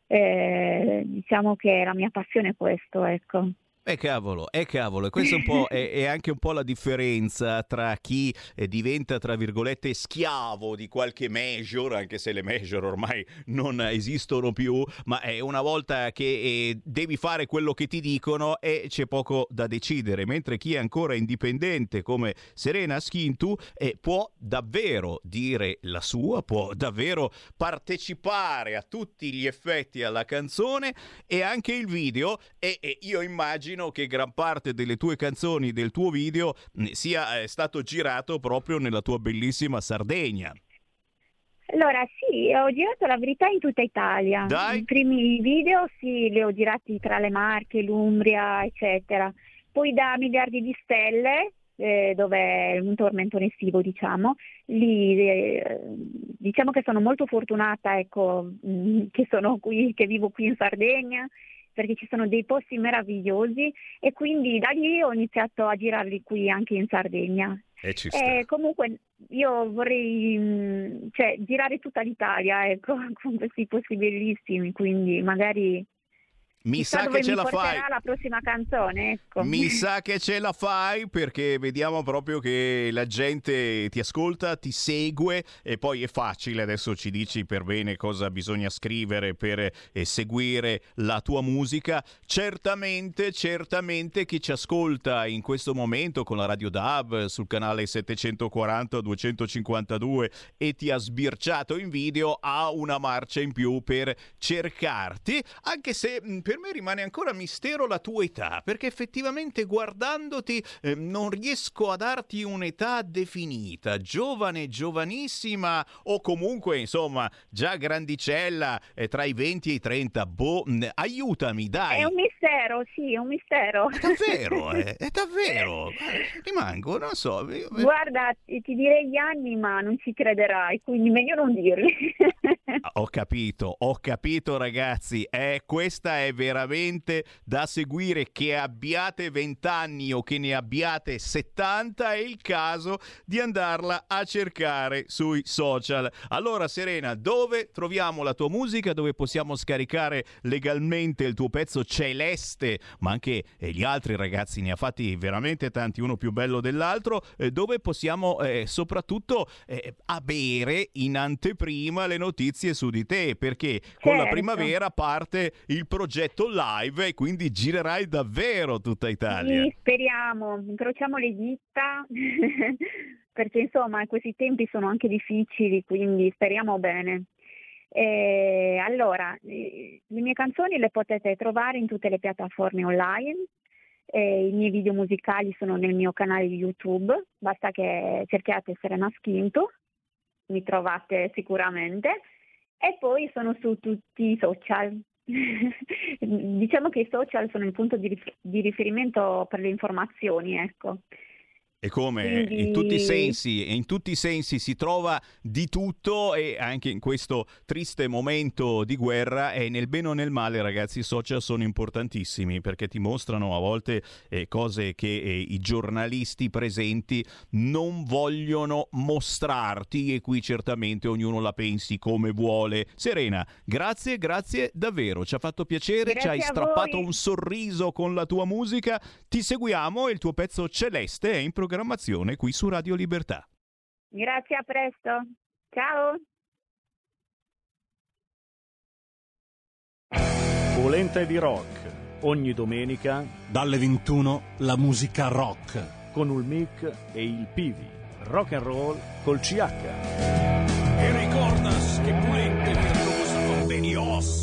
eh, diciamo che la mia passione è questo, ecco. Eh cavolo, eh cavolo, e questo un po' è, è anche un po' la differenza tra chi eh, diventa, tra virgolette, schiavo di qualche major, anche se le major ormai non esistono più, ma è una volta che eh, devi fare quello che ti dicono e c'è poco da decidere, mentre chi è ancora indipendente come Serena Skintu eh, può davvero dire la sua, può davvero partecipare a tutti gli effetti alla canzone e anche il video e, e io immagino che gran parte delle tue canzoni, del tuo video mh, sia eh, stato girato proprio nella tua bellissima Sardegna. Allora sì, ho girato la verità in tutta Italia. Dai. I primi video sì, li ho girati tra le Marche, l'Umbria, eccetera. Poi da Miliardi di Stelle, eh, dove è un tormentone estivo, diciamo, lì eh, diciamo che sono molto fortunata, ecco, mh, che sono qui, che vivo qui in Sardegna, perché ci sono dei posti meravigliosi e quindi da lì ho iniziato a girarli qui anche in Sardegna. E ci E comunque io vorrei mh, cioè, girare tutta l'Italia, ecco, con questi posti bellissimi, quindi magari Mi chissà sa dove che ce mi la porterà fai. la prossima canzone, ecco. Mi sa che ce la fai perché vediamo proprio che la gente ti ascolta, ti segue e poi è facile, adesso ci dici per bene cosa bisogna scrivere per eh, seguire la tua musica. Certamente, certamente chi ci ascolta in questo momento con la Radio D A B sul canale settecentoquaranta duecentocinquantadue e ti ha sbirciato in video ha una marcia in più per cercarti, anche se mh, per me rimane ancora mistero la tua età, perché effettivamente guardandoti eh, non riesco a darti un'età definita, giovane, giovanissima o comunque insomma già grandicella, eh, tra i venti e i trenta. Boh, mh, aiutami, dai. È un mistero, sì, è un mistero. È davvero, eh, è davvero. Rimango, non so. Guarda, ti direi gli anni, ma non ci crederai, quindi meglio non dirli. Ho capito, ho capito ragazzi, eh, questa è veramente da seguire, che abbiate vent'anni o che ne abbiate settanta, è il caso di andarla a cercare sui social. Allora Serena, dove troviamo la tua musica, dove possiamo scaricare legalmente il tuo pezzo Celeste, ma anche eh, gli altri ragazzi, ne ha fatti veramente tanti, uno più bello dell'altro, eh, dove possiamo eh, soprattutto eh, avere in anteprima le notizie su di te, perché con Certo. la primavera parte il progetto live e quindi girerai davvero tutta Italia. Sì, speriamo, incrociamo le dita, perché insomma questi tempi sono anche difficili, quindi speriamo bene. Eh, allora, eh, le mie canzoni le potete trovare in tutte le piattaforme online, eh, i miei video musicali sono nel mio canale di YouTube, basta che cerchiate Serena Schinto, mi trovate sicuramente, e poi sono su tutti i social. Diciamo che i social sono il punto di, rif- di riferimento per le informazioni, ecco. E come Quindi- in tutti i sensi, in tutti i sensi si trova di tutto, e anche in questo triste momento di guerra, e nel bene o nel male ragazzi i social sono importantissimi, perché ti mostrano a volte eh, cose che eh, i giornalisti presenti non vogliono mostrarti, e qui certamente ognuno la pensi come vuole. Serena, grazie, grazie davvero, ci ha fatto piacere, Grazie ci hai a strappato voi. un sorriso con la tua musica, ti seguiamo e il tuo pezzo Celeste è in programmazione qui su Radio Libertà. Grazie, a presto. Ciao. Polenta di rock, ogni domenica dalle ventuno la musica rock con il Mic e il Pivi. Rock and roll col C H. E ricordas che Polenta virtuosa con Benios.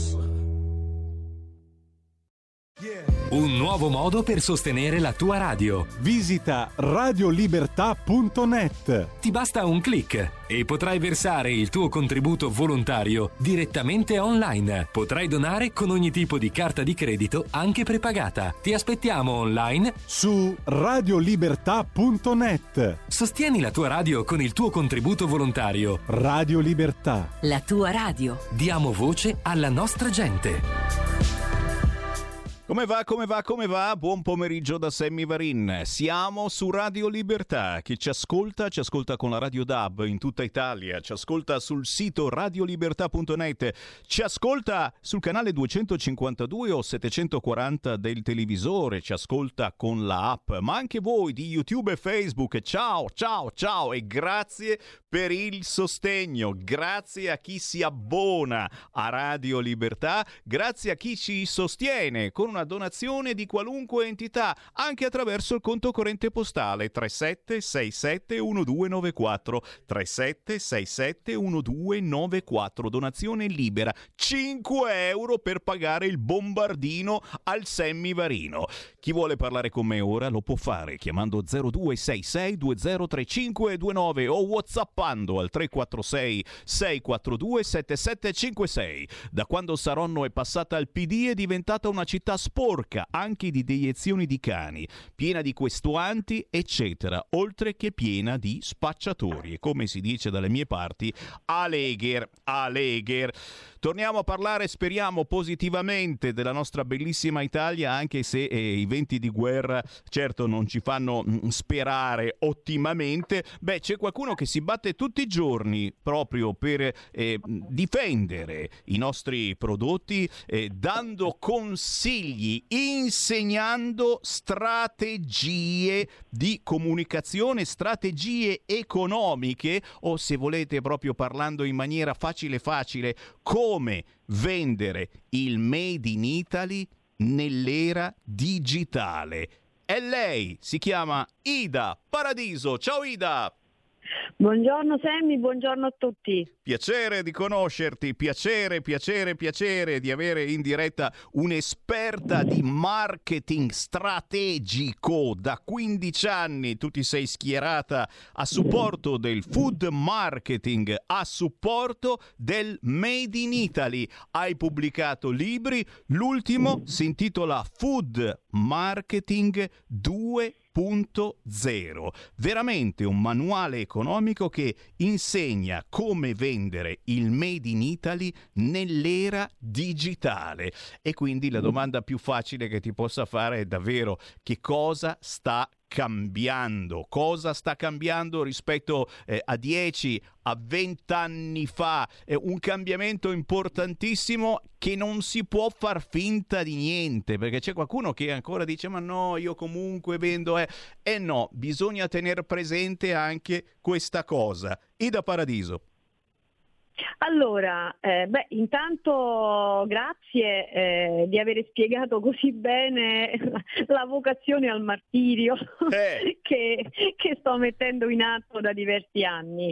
Un nuovo modo per sostenere la tua radio. Visita radiolibertà punto net. Ti basta un click e potrai versare il tuo contributo volontario direttamente online. Potrai donare con ogni tipo di carta di credito, anche prepagata. Ti aspettiamo online su radiolibertà punto net. Sostieni la tua radio con il tuo contributo volontario. Radio Libertà. La tua radio. Diamo voce alla nostra gente. Come va, come va, come va? Buon pomeriggio da Sammy Varin. Siamo su Radio Libertà. Chi ci ascolta, ci ascolta con la Radio D A B in tutta Italia, ci ascolta sul sito radiolibertà punto net, ci ascolta sul canale duecentocinquantadue o settecentoquaranta del televisore, ci ascolta con la app, ma anche voi di YouTube e Facebook. Ciao, ciao, ciao e grazie per il sostegno, grazie a chi si abbona a Radio Libertà, grazie a chi ci sostiene con una donazione di qualunque entità, anche attraverso il conto corrente postale tre sette sei sette uno due nove quattro, tre sette sei sette uno due nove quattro, donazione libera, cinque euro per pagare il bombardino al Sammy Varino. Chi vuole parlare con me ora lo può fare chiamando zero due sei sei due zero tre cinque due nove o whatsappando al tre quattro sei sei quattro due sette sette cinque sei. Da quando Saronno è passata al P D è diventata una città sporca anche di deiezioni di cani, piena di questuanti eccetera, oltre che piena di spacciatori e, come si dice dalle mie parti, Alegher, Alegher. Torniamo a parlare, speriamo positivamente, della nostra bellissima Italia, anche se eh, i venti di guerra certo non ci fanno mh, sperare ottimamente. Beh, c'è qualcuno che si batte tutti i giorni proprio per eh, difendere i nostri prodotti, eh, dando consigli, insegnando strategie di comunicazione, strategie economiche, o se volete proprio parlando in maniera facile facile, come vendere il Made in Italy nell'era digitale. E lei si chiama Ida Paradiso. Ciao Ida! Buongiorno Sammy, buongiorno a tutti. Piacere di conoscerti, piacere, piacere, piacere di avere in diretta un'esperta di marketing strategico. Da quindici anni tu ti sei schierata a supporto del food marketing, a supporto del Made in Italy. Hai pubblicato libri, l'ultimo si intitola Food Marketing due punto zero, veramente un manuale economico che insegna come vendere il Made in Italy nell'era digitale. E quindi la domanda più facile che ti possa fare è davvero: che cosa sta cambiando? Cosa sta cambiando rispetto eh, a dieci, a venti anni fa? È un cambiamento importantissimo che non si può far finta di niente, perché c'è qualcuno che ancora dice ma no, io comunque vendo eh. E no, bisogna tenere presente anche questa cosa. Ida Paradiso. Allora, eh, beh, intanto grazie eh, di aver spiegato così bene la, la vocazione al martirio eh. che, che sto mettendo in atto da diversi anni.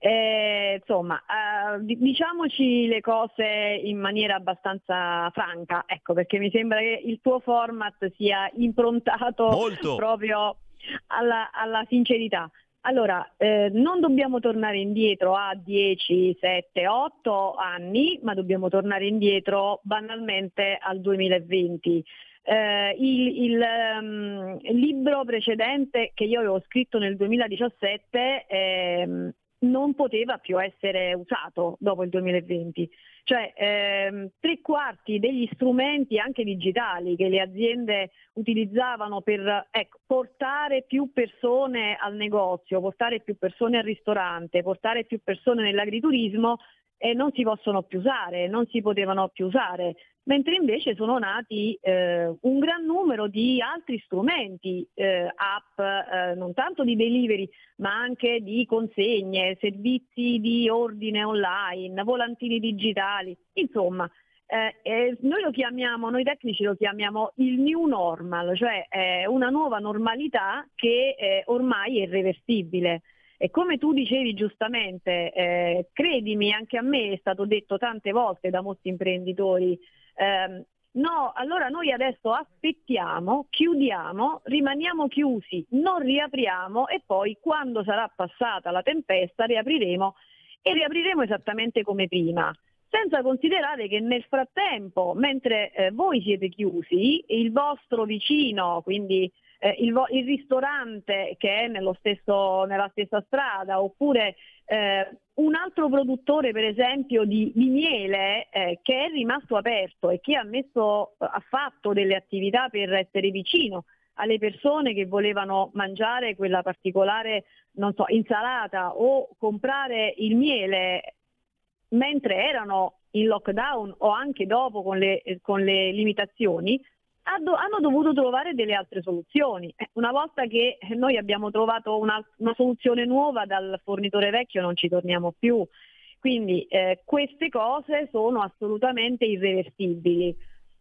Eh, insomma, eh, diciamoci le cose in maniera abbastanza franca, ecco, perché mi sembra che il tuo format sia improntato Molto. proprio alla, alla sincerità. Allora, eh, non dobbiamo tornare indietro a dieci, sette, otto anni, ma dobbiamo tornare indietro banalmente al duemilaventi. Eh, il, il um, libro precedente che io avevo scritto nel duemiladiciassette eh, non poteva più essere usato dopo il duemilaventi. Cioè ehm, tre quarti degli strumenti anche digitali che le aziende utilizzavano per ecco, portare più persone al negozio, portare più persone al ristorante, portare più persone nell'agriturismo eh, non si possono più usare, non si potevano più usare, mentre invece sono nati eh, un gran numero di altri strumenti, eh, app eh, non tanto di delivery ma anche di consegne, servizi di ordine online, volantini digitali, insomma eh, eh, noi lo chiamiamo, noi tecnici lo chiamiamo il new normal, cioè eh, una nuova normalità che eh, ormai è irreversibile. E come tu dicevi giustamente, eh, credimi, anche a me è stato detto tante volte da molti imprenditori, eh, no, allora noi adesso aspettiamo, chiudiamo, rimaniamo chiusi, non riapriamo e poi quando sarà passata la tempesta riapriremo e riapriremo esattamente come prima. Senza considerare che nel frattempo, mentre eh, voi siete chiusi, il vostro vicino, quindi eh, il, vo- il ristorante che è nello stesso, nella stessa strada, oppure eh, un altro produttore per esempio di, di miele eh, che è rimasto aperto e che ha messo, ha fatto delle attività per essere vicino alle persone che volevano mangiare quella particolare, non so, insalata o comprare il miele mentre erano in lockdown o anche dopo con le, con le limitazioni, hanno dovuto trovare delle altre soluzioni. Una volta che noi abbiamo trovato una, una soluzione nuova dal fornitore vecchio non ci torniamo più. Quindi eh, queste cose sono assolutamente irreversibili.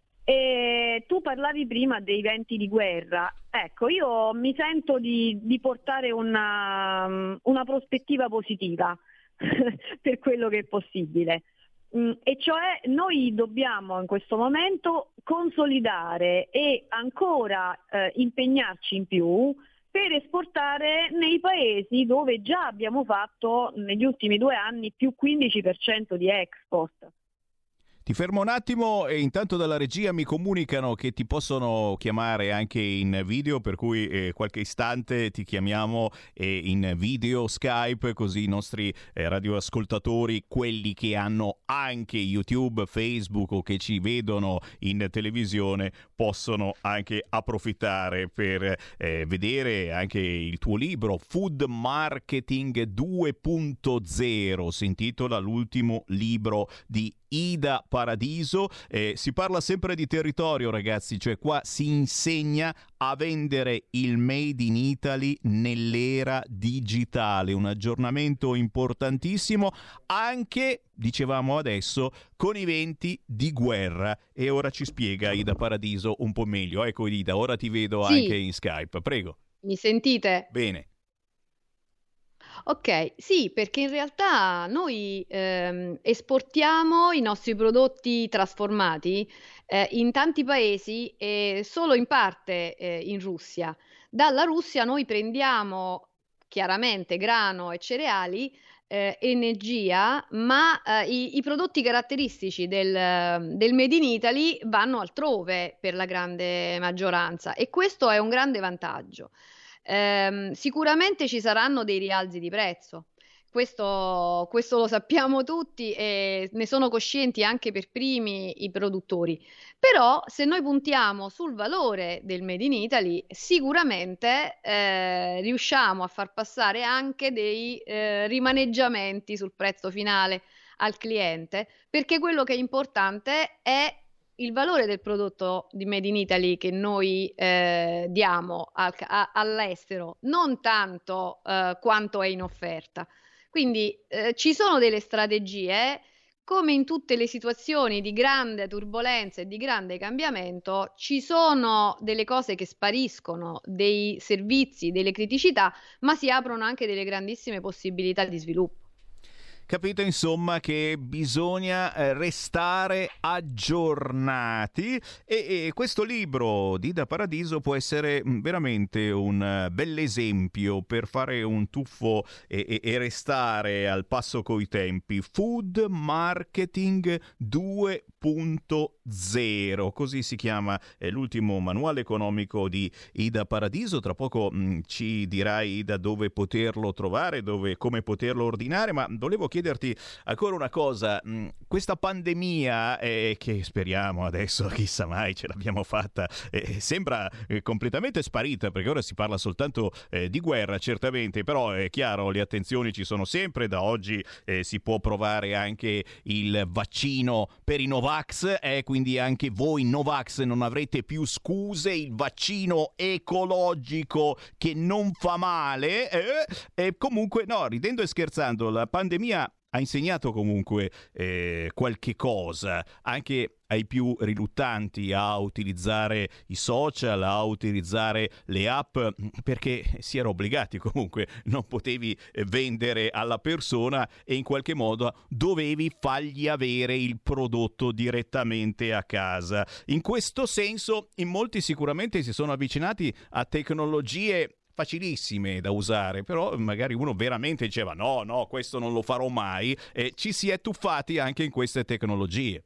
E tu parlavi prima dei venti di guerra. Ecco, io mi sento di, di portare una, una prospettiva positiva per quello che è possibile. Mm, e cioè noi dobbiamo in questo momento consolidare e ancora eh, impegnarci in più per esportare nei paesi dove già abbiamo fatto negli ultimi due anni più quindici per cento di export. Ti fermo un attimo e intanto dalla regia mi comunicano che ti possono chiamare anche in video, per cui eh, qualche istante ti chiamiamo eh, in video Skype, così i nostri eh, radioascoltatori, quelli che hanno anche YouTube, Facebook o che ci vedono in televisione, possono anche approfittare per eh, vedere anche il tuo libro Food Marketing due punto zero, si intitola l'ultimo libro di Ida Paradiso. Eh, si parla sempre di territorio, ragazzi, cioè qua si insegna a vendere il Made in Italy nell'era digitale, un aggiornamento importantissimo anche, dicevamo adesso, con i venti di guerra. E ora ci spiega Ida Paradiso un po' meglio. Ecco Ida, ora ti vedo sì. Anche in Skype, prego. Mi sentite? Bene. Ok, sì, perché in realtà noi ehm, esportiamo i nostri prodotti trasformati eh, in tanti paesi e solo in parte eh, in Russia. Dalla Russia noi prendiamo chiaramente grano e cereali, eh, energia, ma eh, i, i prodotti caratteristici del, del Made in Italy vanno altrove per la grande maggioranza e questo è un grande vantaggio. Ehm, sicuramente ci saranno dei rialzi di prezzo. Questo, questo lo sappiamo tutti e ne sono coscienti anche per primi i produttori. Però se noi puntiamo sul valore del Made in Italy, sicuramente eh, riusciamo a far passare anche dei eh, rimaneggiamenti sul prezzo finale al cliente, perché quello che è importante è il valore del prodotto di Made in Italy che noi eh, diamo al, a, all'estero, non tanto eh, quanto è in offerta. Quindi eh, ci sono delle strategie, come in tutte le situazioni di grande turbolenza e di grande cambiamento, ci sono delle cose che spariscono, dei servizi, delle criticità, ma si aprono anche delle grandissime possibilità di sviluppo. Capite insomma che bisogna restare aggiornati e, e questo libro di Da Paradiso può essere veramente un bell'esempio per fare un tuffo e, e, e restare al passo coi tempi. Food Marketing due punto zero, così si chiama eh, l'ultimo manuale economico di Ida Paradiso. Tra poco mh, ci dirai Ida dove poterlo trovare, dove, come poterlo ordinare, ma volevo chiederti ancora una cosa. Mh, questa pandemia eh, che speriamo adesso, chissà mai ce l'abbiamo fatta, eh, sembra eh, completamente sparita, perché ora si parla soltanto eh, di guerra, certamente, però è chiaro, le attenzioni ci sono sempre. Da oggi eh, si può provare anche il vaccino per i Novax, eh, quindi anche voi Novax non avrete più scuse, il vaccino ecologico che non fa male, eh, e comunque no, ridendo e scherzando, la pandemia ha insegnato comunque eh, qualche cosa anche ai più riluttanti a utilizzare i social, a utilizzare le app, perché si era obbligati comunque, non potevi vendere alla persona e in qualche modo dovevi fargli avere il prodotto direttamente a casa. In questo senso in molti sicuramente si sono avvicinati a tecnologie facilissime da usare, però magari uno veramente diceva no, no, questo non lo farò mai, e ci si è tuffati anche in queste tecnologie.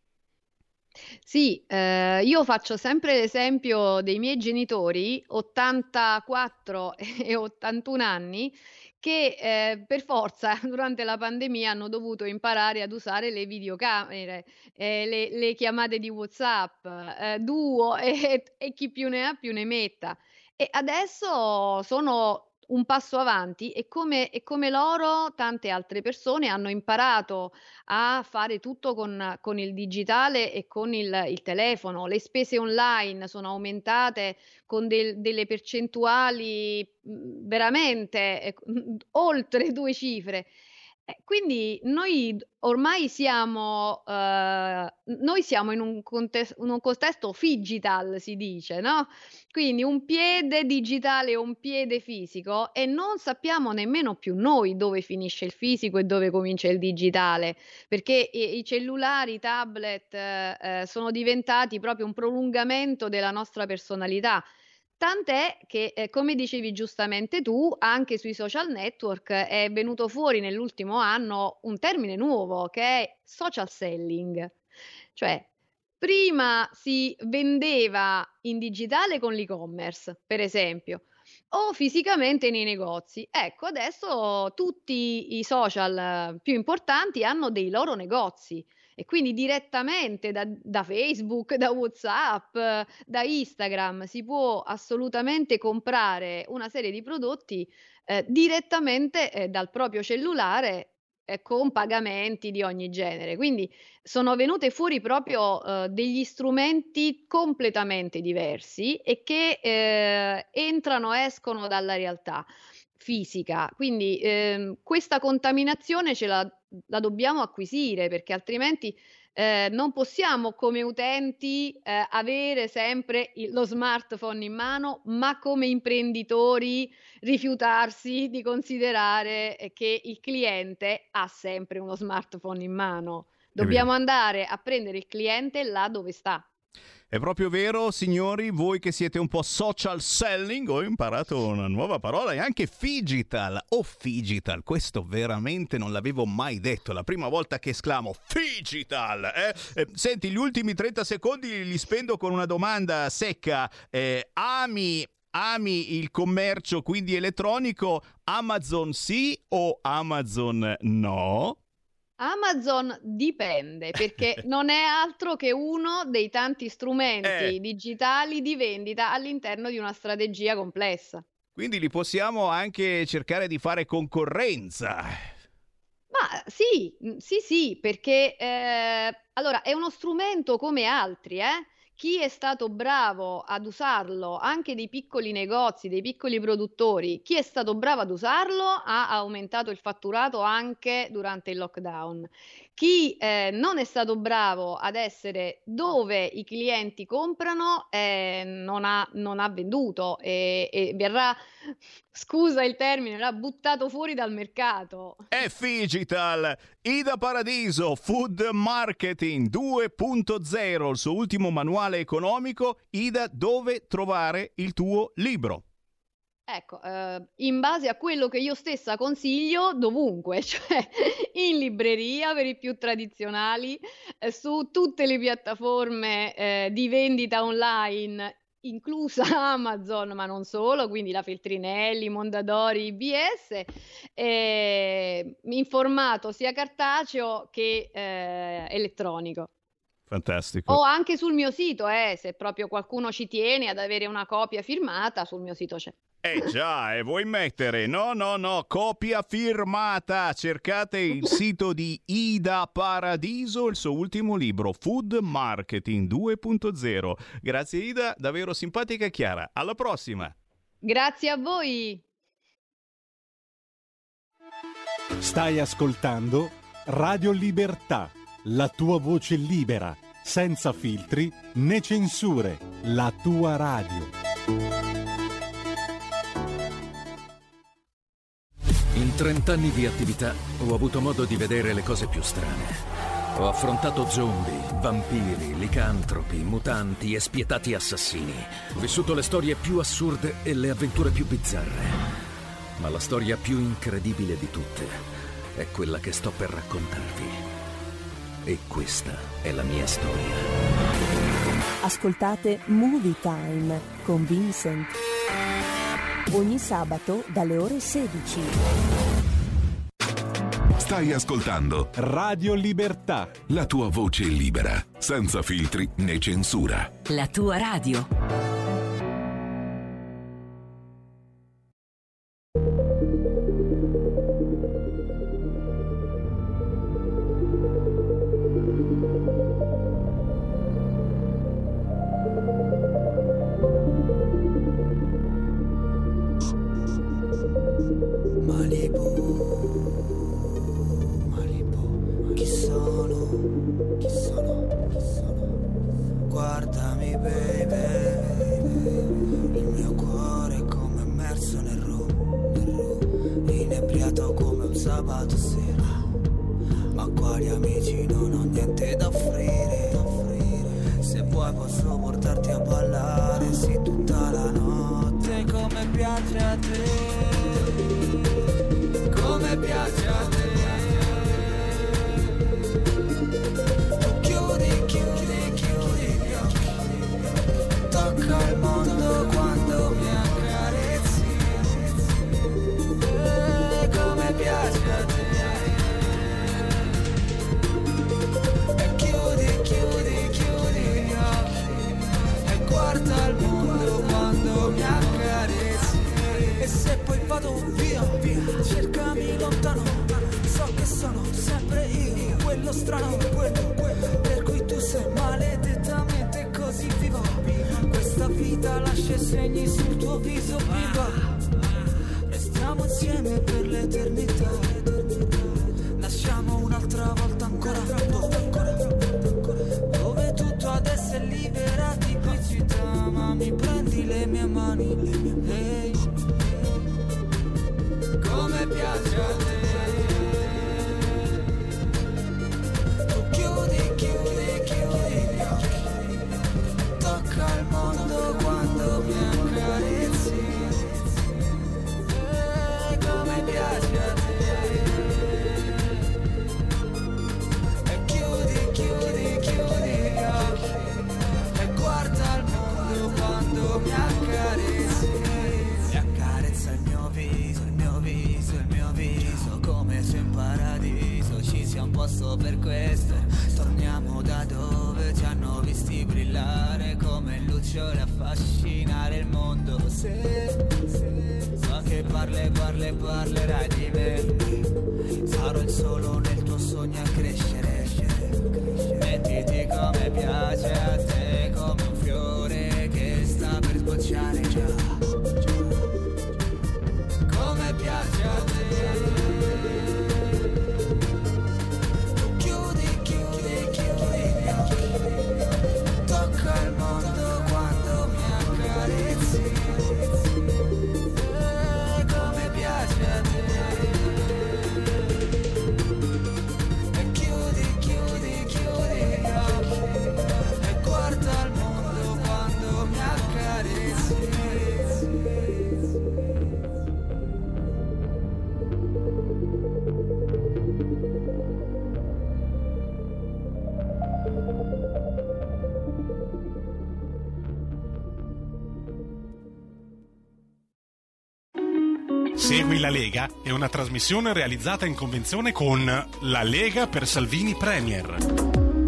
Sì, eh, io faccio sempre l'esempio dei miei genitori, ottantaquattro e ottantuno anni, che eh, per forza durante la pandemia hanno dovuto imparare ad usare le videocamere, eh, le, le chiamate di WhatsApp, eh, Duo e, e chi più ne ha più ne metta. E adesso sono un passo avanti e come, e come loro tante altre persone hanno imparato a fare tutto con, con il digitale e con il, il telefono. Le spese online sono aumentate con del, delle percentuali veramente eh, oltre due cifre. Eh, quindi noi ormai siamo, eh, noi siamo in un, contesto, in un contesto phygital, si dice, no? Quindi un piede digitale e un piede fisico e non sappiamo nemmeno più noi dove finisce il fisico e dove comincia il digitale, perché i, i cellulari, i tablet eh, sono diventati proprio un prolungamento della nostra personalità. Tant'è che, eh, come dicevi giustamente tu, anche sui social network è venuto fuori nell'ultimo anno un termine nuovo che è social selling. Cioè, prima si vendeva in digitale con l'e-commerce, per esempio, o fisicamente nei negozi. Ecco, adesso tutti i social più importanti hanno dei loro negozi. E quindi direttamente da, da Facebook, da WhatsApp, da Instagram si può assolutamente comprare una serie di prodotti eh, direttamente eh, dal proprio cellulare eh, con pagamenti di ogni genere. Quindi sono venute fuori proprio eh, degli strumenti completamente diversi e che eh, entrano e escono dalla realtà fisica. Quindi ehm, questa contaminazione ce la, la dobbiamo acquisire, perché altrimenti eh, non possiamo come utenti eh, avere sempre il, lo smartphone in mano, ma come imprenditori rifiutarsi di considerare eh, che il cliente ha sempre uno smartphone in mano. Dobbiamo andare a prendere il cliente là dove sta. È proprio vero, signori, voi che siete un po' social selling, ho imparato una nuova parola, e anche Phygital. Oh, Phygital, questo veramente non l'avevo mai detto, la prima volta che esclamo Phygital. Eh? Eh, senti, gli ultimi trenta secondi li spendo con una domanda secca. Eh, ami... Ami il commercio quindi elettronico? Amazon sì o Amazon no? Amazon dipende, perché non è altro che uno dei tanti strumenti Eh. digitali di vendita all'interno di una strategia complessa. Quindi li possiamo anche cercare di fare concorrenza. Ma sì, mm, sì, sì, perché eh, allora è uno strumento come altri, eh? Chi è stato bravo ad usarlo, anche dei piccoli negozi, dei piccoli produttori, chi è stato bravo ad usarlo ha aumentato il fatturato anche durante il lockdown. Chi eh, non è stato bravo ad essere dove i clienti comprano eh, non ha, non ha venduto e, e verrà, scusa il termine, verrà buttato fuori dal mercato. È Phygital, Ida Paradiso, Food Marketing due punto zero, il suo ultimo manuale economico. Ida, dove trovare il tuo libro? Ecco, eh, in base a quello che io stessa consiglio dovunque, cioè in libreria per i più tradizionali, eh, su tutte le piattaforme eh, di vendita online, inclusa Amazon, ma non solo, quindi la Feltrinelli, Mondadori, I B S, eh, in formato sia cartaceo che eh, elettronico. Fantastico. O anche sul mio sito, eh, se proprio qualcuno ci tiene ad avere una copia firmata, sul mio sito c'è. Eh già, e vuoi mettere? No, no, no, copia firmata. Cercate il sito di Ida Paradiso, il suo ultimo libro, Food Marketing due punto zero. Grazie Ida, davvero simpatica e chiara. Alla prossima. Grazie a voi. Stai ascoltando Radio Libertà, la tua voce libera, senza filtri né censure, la tua radio. In trent'anni di attività ho avuto modo di vedere le cose più strane. Ho affrontato zombie, vampiri, licantropi, mutanti e spietati assassini. Ho vissuto le storie più assurde e le avventure più bizzarre. Ma la storia più incredibile di tutte è quella che sto per raccontarvi. E questa è la mia storia. Ascoltate Movie Time con Vincent. Ogni sabato dalle ore sedici. Stai ascoltando Radio Libertà, la tua voce libera, senza filtri né censura. La tua radio. Lasciamo un'altra volta ancora, ancora, ancora. posso per questo. Torniamo da dove ci hanno visti brillare come lucciole, affascinare il mondo. Se, se so che parle, parle, parlerai di me, sarò il solo nel tuo sogno a crescere. Mettiti come piace a te, come un fiore che sta per sbocciare già, come piace a te. Chiudi, chiudi, chiudi gli occhi, tocca il mondo quando mi accarezzi, eh, come piace a te. E chiudi, chiudi, chiudi gli occhi e guarda il mondo quando mi accarezzi. Segui la Lega è una trasmissione realizzata in convenzione con La Lega per Salvini Premier.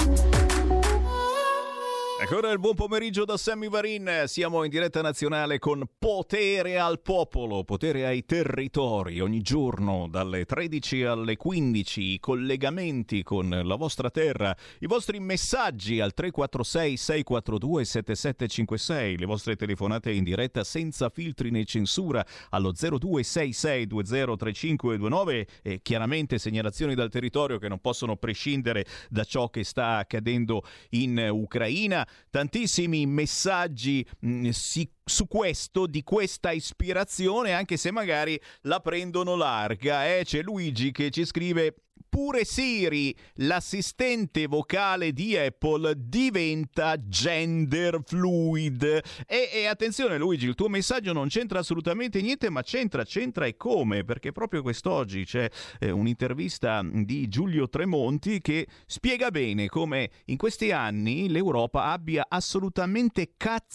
Ancora il buon pomeriggio da Sammy Varin, siamo in diretta nazionale con Potere al Popolo, potere ai territori, ogni giorno dalle tredici alle quindici, i collegamenti con la vostra terra, i vostri messaggi al tre quattro sei sei quattro due sette sette cinque sei, le vostre telefonate in diretta senza filtri né censura allo zero due sei sei due zero tre cinque due nove e chiaramente segnalazioni dal territorio che non possono prescindere da ciò che sta accadendo in Ucraina. Tantissimi messaggi mh, si, su questo, di questa ispirazione, anche se magari la prendono larga. Eh? C'è Luigi che ci scrive: pure Siri, l'assistente vocale di Apple, diventa gender fluid. E, e attenzione Luigi, il tuo messaggio non c'entra assolutamente niente, ma c'entra, c'entra e come? Perché proprio quest'oggi c'è eh, un'intervista di Giulio Tremonti che spiega bene come in questi anni l'Europa abbia assolutamente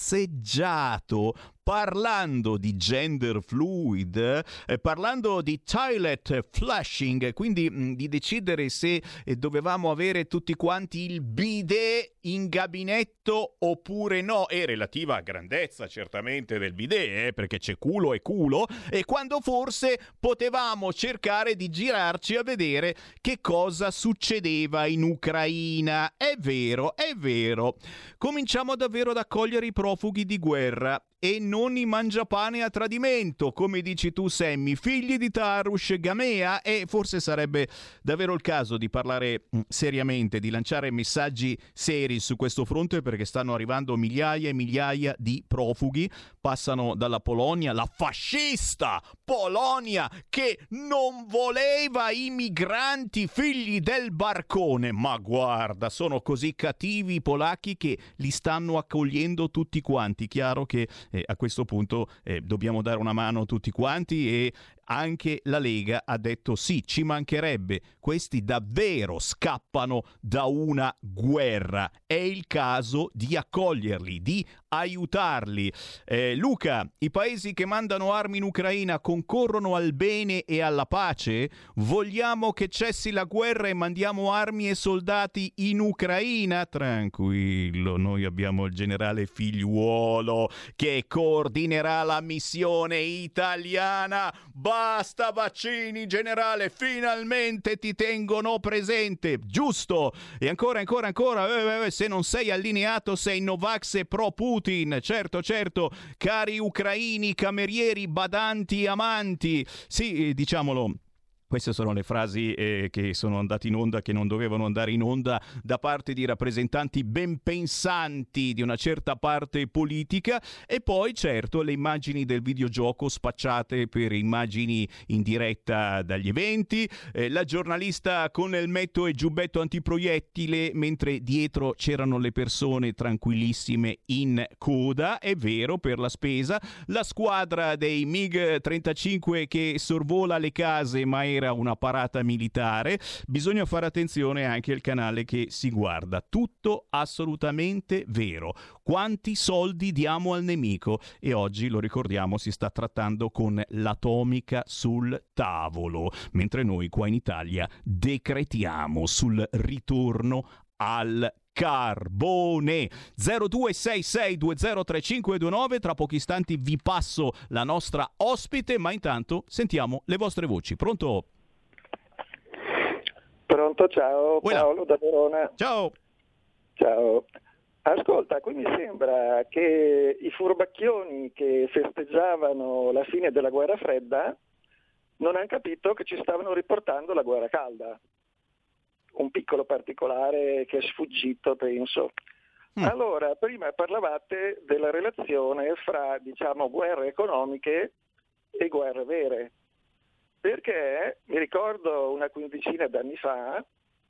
cazzeggiato parlando di gender fluid, eh, parlando di toilet flushing, quindi mh, di decidere se eh, dovevamo avere tutti quanti il bidet in gabinetto oppure no, e relativa grandezza certamente del bidet, eh, perché c'è culo e culo, e quando forse potevamo cercare di girarci a vedere che cosa succedeva in Ucraina. È vero, è vero. Cominciamo davvero ad accogliere i profughi di guerra e non i mangiapane a tradimento, come dici tu Sammy, figli di Tarush Gamea, e forse sarebbe davvero il caso di parlare mh, seriamente, di lanciare messaggi seri su questo fronte, perché stanno arrivando migliaia e migliaia di profughi, passano dalla Polonia, la fascista Polonia che non voleva i migranti figli del barcone, ma guarda, sono così cattivi i polacchi che li stanno accogliendo tutti quanti. Chiaro che Eh, a questo punto eh, dobbiamo dare una mano tutti quanti, e anche la Lega ha detto sì, ci mancherebbe, questi davvero scappano da una guerra, è il caso di accoglierli, di aiutarli. Eh, Luca, i paesi che mandano armi in Ucraina concorrono al bene e alla pace? Vogliamo che cessi la guerra e mandiamo armi e soldati in Ucraina? Tranquillo, noi abbiamo il generale Figliuolo che coordinerà la missione italiana. Basta vaccini, generale, finalmente ti tengono presente, giusto? E ancora, ancora, ancora, eh, se non sei allineato sei Novax e pro Putin, certo, certo, cari ucraini, camerieri, badanti, amanti, sì, diciamolo. Queste sono le frasi eh, che sono andate in onda, che non dovevano andare in onda, da parte di rappresentanti ben pensanti di una certa parte politica. E poi certo le immagini del videogioco spacciate per immagini in diretta dagli eventi, eh, la giornalista con elmetto e giubbetto antiproiettile mentre dietro c'erano le persone tranquillissime in coda, è vero, per la spesa, la squadra dei MiG trentacinque che sorvola le case ma era era una parata militare. Bisogna fare attenzione anche al canale che si guarda. Tutto assolutamente vero. Quanti soldi diamo al nemico? E oggi, lo ricordiamo, si sta trattando con l'atomica sul tavolo, mentre noi qua in Italia decretiamo sul ritorno al carbone. Zero due sei sei due zero tre cinque due nove. Tra pochi istanti vi passo la nostra ospite, ma intanto sentiamo le vostre voci. Pronto? Pronto, ciao, Paolo da Verona. Ciao. Ciao. Ascolta, qui mi sembra che i furbacchioni che festeggiavano la fine della guerra fredda non hanno capito che ci stavano riportando la guerra calda. Un piccolo particolare che è sfuggito, penso. Mm. Allora, prima parlavate della relazione fra, diciamo, guerre economiche e guerre vere. Perché mi ricordo una quindicina d'anni fa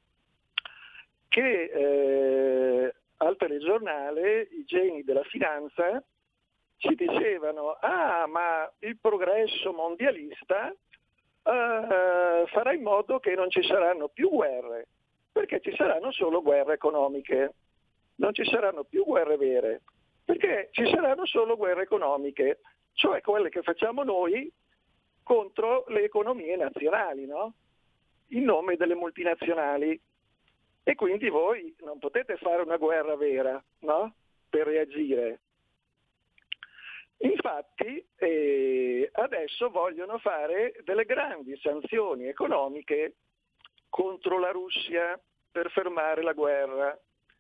che eh, al telegiornale i geni della finanza ci dicevano: ah, ma il progresso mondialista Uh, farà in modo che non ci saranno più guerre, perché ci saranno solo guerre economiche, non ci saranno più guerre vere, perché ci saranno solo guerre economiche, cioè quelle che facciamo noi contro le economie nazionali, no? In nome delle multinazionali. E quindi voi non potete fare una guerra vera, no? Per reagire. Infatti eh, adesso vogliono fare delle grandi sanzioni economiche contro la Russia per fermare la guerra.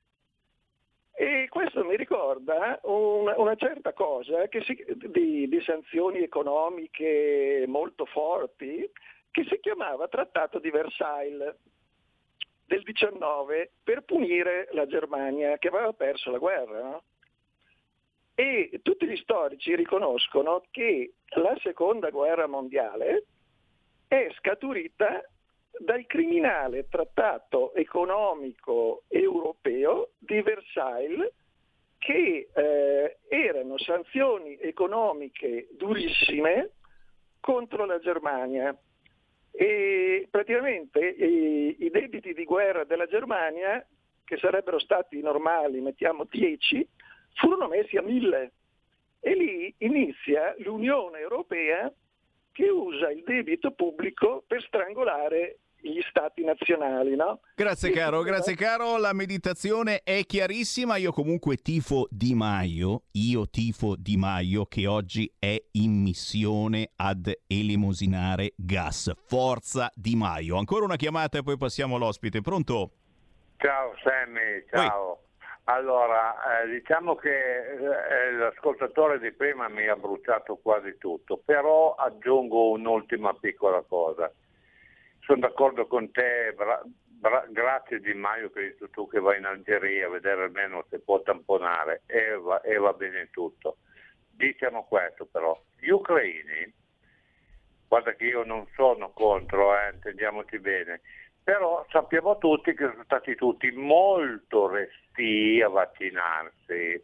E questo mi ricorda una, una certa cosa che si, di, di sanzioni economiche molto forti, che si chiamava Trattato di Versailles del diciannove, per punire la Germania che aveva perso la guerra, no? E tutti gli storici riconoscono che la seconda guerra mondiale è scaturita dal criminale trattato economico europeo di Versailles, che eh, erano sanzioni economiche durissime contro la Germania. E praticamente i, i debiti di guerra della Germania, che sarebbero stati normali, mettiamo dieci, furono messi a mille, e lì inizia l'Unione Europea che usa il debito pubblico per strangolare gli stati nazionali, no? Grazie caro, grazie caro, la meditazione è chiarissima. Io comunque tifo Di Maio, io tifo Di Maio che oggi è in missione ad elemosinare gas. Forza Di Maio. Ancora una chiamata e poi passiamo all'ospite. Pronto? Ciao Sammy, ciao. Oi. Allora, eh, diciamo che eh, l'ascoltatore di prima mi ha bruciato quasi tutto, però aggiungo un'ultima piccola cosa. Sono d'accordo con te, bra- bra- grazie Di Maio che hai detto tu che vai in Algeria a vedere almeno se può tamponare, e va, e va bene tutto. Diciamo questo però, gli ucraini, guarda che io non sono contro, eh, intendiamoci bene, però sappiamo tutti che sono stati tutti molto restii a vaccinarsi,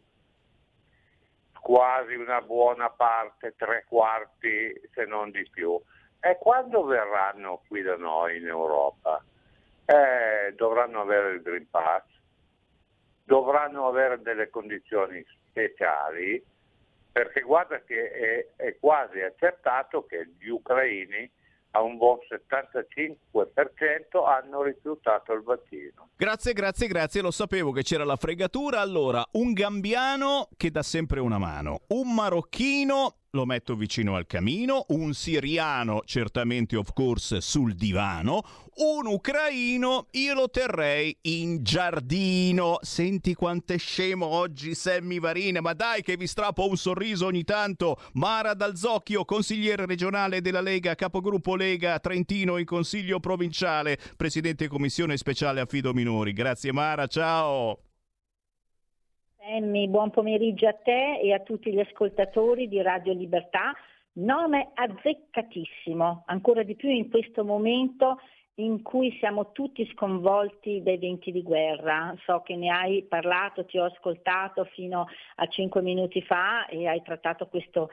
quasi una buona parte, tre quarti se non di più. E quando verranno qui da noi in Europa eh, dovranno avere il Green Pass, dovranno avere delle condizioni speciali, perché guarda che è, è quasi accertato che gli ucraini a un buon settantacinque per cento hanno rifiutato il vaccino. Grazie, grazie, grazie, lo sapevo che c'era la fregatura. Allora, un gambiano che dà sempre una mano, un marocchino lo metto vicino al camino, un siriano certamente of course sul divano, un ucraino io lo terrei in giardino. Senti quanto è scemo oggi Sammy Varin, ma dai che vi strappo un sorriso ogni tanto. Mara Dal Zocchio, consigliere regionale della Lega, capogruppo Lega Trentino in consiglio provinciale, presidente commissione speciale affido minori. Grazie Mara, ciao. Sammy, buon pomeriggio a te e a tutti gli ascoltatori di Radio Libertà. Nome azzeccatissimo, ancora di più in questo momento in cui siamo tutti sconvolti dai venti di guerra. So che ne hai parlato, ti ho ascoltato fino a cinque minuti fa e hai trattato questo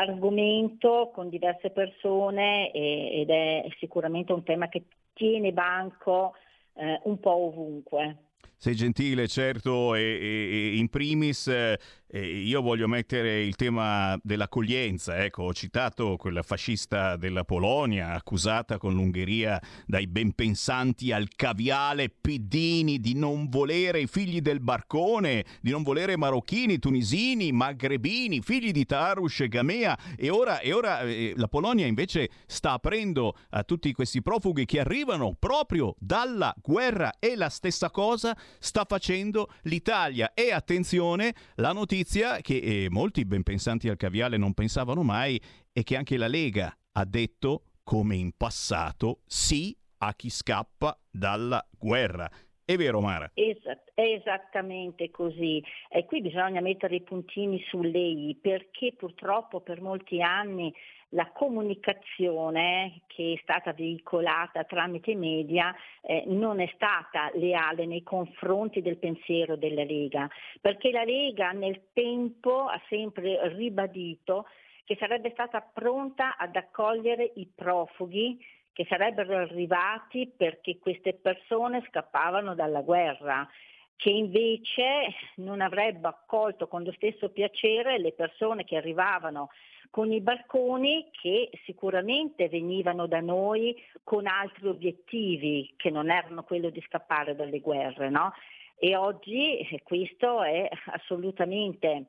argomento con diverse persone e, ed è sicuramente un tema che tiene banco eh, un po' ovunque. Sei gentile, certo, e, e in primis eh, io voglio mettere il tema dell'accoglienza. Ecco, ho citato quella fascista della Polonia accusata con l'Ungheria dai benpensanti al caviale piddini di non volere i figli del barcone, di non volere marocchini, tunisini, magrebini, figli di Tarush e Gamea, e ora, e ora eh, la Polonia invece sta aprendo a tutti questi profughi che arrivano proprio dalla guerra, e la stessa cosa sta facendo l'Italia. E attenzione, la notizia che eh, molti benpensanti al caviale non pensavano mai è che anche la Lega ha detto, come in passato, sì a chi scappa dalla guerra. È vero, Mara? Esat- è esattamente così. E qui bisogna mettere i puntini sulle i, perché purtroppo per molti anni la comunicazione che è stata veicolata tramite i media eh, non è stata leale nei confronti del pensiero della Lega, perché la Lega nel tempo ha sempre ribadito che sarebbe stata pronta ad accogliere i profughi che sarebbero arrivati perché queste persone scappavano dalla guerra, che invece non avrebbe accolto con lo stesso piacere le persone che arrivavano con i barconi, che sicuramente venivano da noi con altri obiettivi che non erano quello di scappare dalle guerre, no? E oggi questo è assolutamente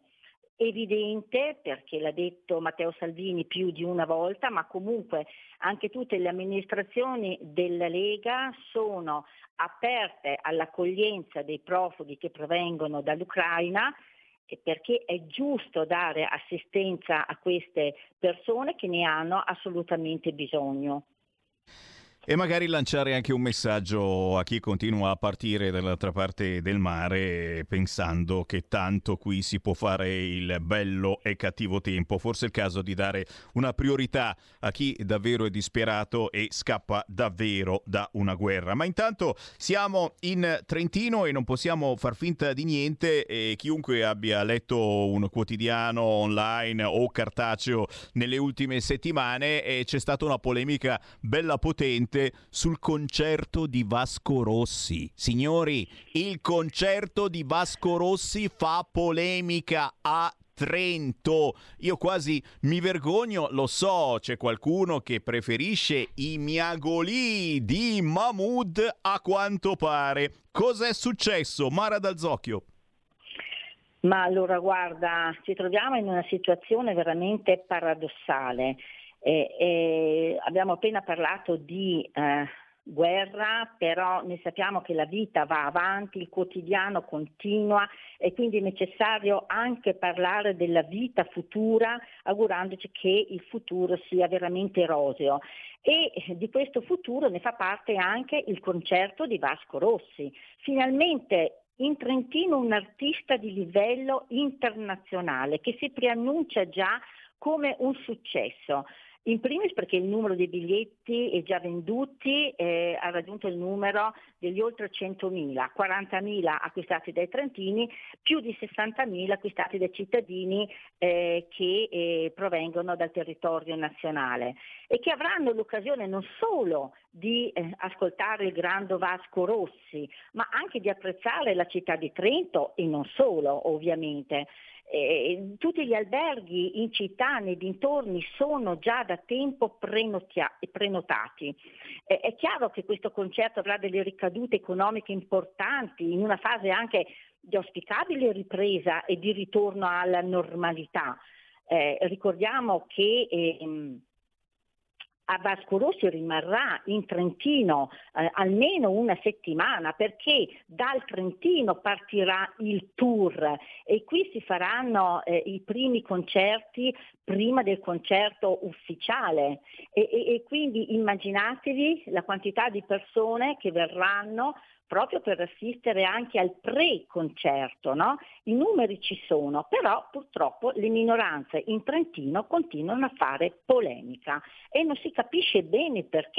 evidente, perché l'ha detto Matteo Salvini più di una volta, ma comunque anche tutte le amministrazioni della Lega sono aperte all'accoglienza dei profughi che provengono dall'Ucraina, perché è giusto dare assistenza a queste persone che ne hanno assolutamente bisogno. E magari lanciare anche un messaggio a chi continua a partire dall'altra parte del mare pensando che tanto qui si può fare il bello e cattivo tempo. Forse è il caso di dare una priorità a chi davvero è disperato e scappa davvero da una guerra. Ma intanto siamo in Trentino e non possiamo far finta di niente, e chiunque abbia letto un quotidiano online o cartaceo nelle ultime settimane, e c'è stata una polemica bella potente sul concerto di Vasco Rossi. Signori, il concerto di Vasco Rossi fa polemica a Trento. Io quasi mi vergogno, lo so, c'è qualcuno che preferisce i miagolì di Mahmood a quanto pare. Cos'è successo, Mara Dal Zocchio? Ma allora guarda, ci troviamo in una situazione veramente paradossale. Eh, eh, abbiamo appena parlato di eh, guerra, però ne sappiamo che la vita va avanti, il quotidiano continua, e quindi è necessario anche parlare della vita futura, augurandoci che il futuro sia veramente roseo. E di questo futuro ne fa parte anche il concerto di Vasco Rossi. Finalmente in Trentino un artista di livello internazionale che si preannuncia già come un successo. In primis perché il numero dei biglietti è già venduti, eh, ha raggiunto il numero degli oltre centomila, quarantamila acquistati dai trentini, più di sessantamila acquistati dai cittadini eh, che eh, provengono dal territorio nazionale, e che avranno l'occasione non solo di eh, ascoltare il grande Vasco Rossi, ma anche di apprezzare la città di Trento, e non solo ovviamente. Eh, tutti gli alberghi in città, nei dintorni, sono già da tempo prenotia- prenotati. Eh, è chiaro che questo concerto avrà delle ricadute economiche importanti in una fase anche di auspicabile ripresa e di ritorno alla normalità. Eh, ricordiamo che ehm, a Vasco Rossi rimarrà in Trentino eh, almeno una settimana, perché dal Trentino partirà il tour e qui si faranno eh, i primi concerti prima del concerto ufficiale, e, e, e quindi immaginatevi la quantità di persone che verranno proprio per assistere anche al pre-concerto, no? I numeri ci sono, però purtroppo le minoranze in Trentino continuano a fare polemica e non si capisce bene perché.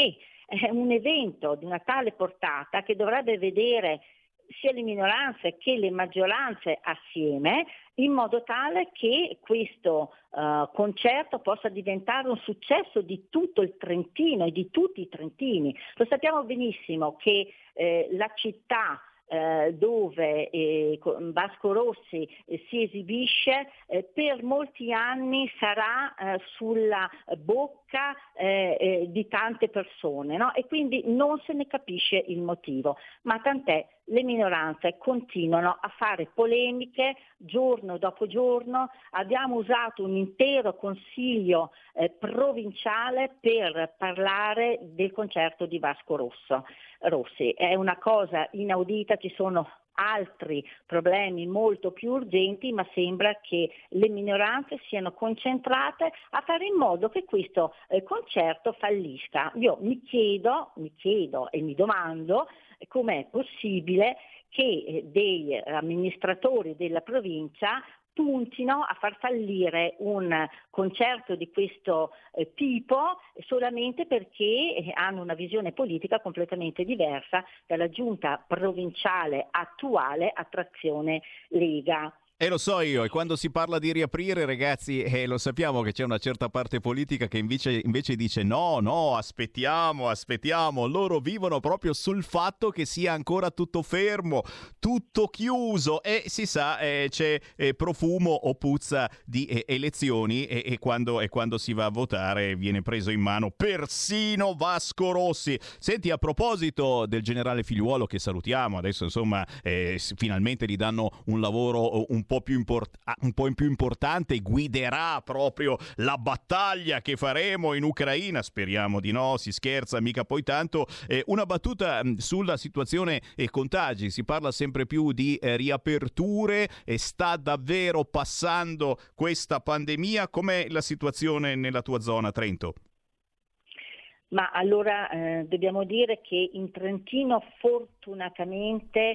è un evento di una tale portata che dovrebbe vedere sia le minoranze che le maggioranze assieme, in modo tale che questo uh, concerto possa diventare un successo di tutto il Trentino e di tutti i trentini. Lo sappiamo benissimo che eh, la città eh, dove eh, Vasco Rossi eh, si esibisce eh, per molti anni sarà eh, sulla bocca eh, eh, di tante persone, no? E quindi non se ne capisce il motivo, ma tant'è. Le minoranze continuano a fare polemiche giorno dopo giorno. Abbiamo usato un intero consiglio eh, provinciale per parlare del concerto di Vasco Rosso, Rossi. È una cosa inaudita, ci sono altri problemi molto più urgenti, ma sembra che le minoranze siano concentrate a fare in modo che questo eh, concerto fallisca. Io mi chiedo, mi chiedo e mi domando com'è possibile che dei amministratori della provincia puntino a far fallire un concerto di questo eh, tipo solamente perché hanno una visione politica completamente diversa dalla giunta provinciale attuale a trazione Lega. E lo so io, e quando si parla di riaprire, ragazzi, eh, lo sappiamo che c'è una certa parte politica che invece, invece dice no, no, aspettiamo, aspettiamo. Loro vivono proprio sul fatto che sia ancora tutto fermo, tutto chiuso, e si sa, eh, c'è eh, profumo o puzza di eh, elezioni e, e, quando, e quando si va a votare viene preso in mano persino Vasco Rossi. Senti, a proposito del generale Figliuolo, che salutiamo, adesso insomma eh, finalmente gli danno un lavoro un po' più import- un po' più importante, guiderà proprio la battaglia che faremo in Ucraina, speriamo di no, si scherza mica poi tanto. Eh, una battuta mh, sulla situazione e eh, contagi, si parla sempre più di eh, riaperture e sta davvero passando questa pandemia. Com'è la situazione nella tua zona, Trento? Ma allora eh, dobbiamo dire che in Trentino fortunatamente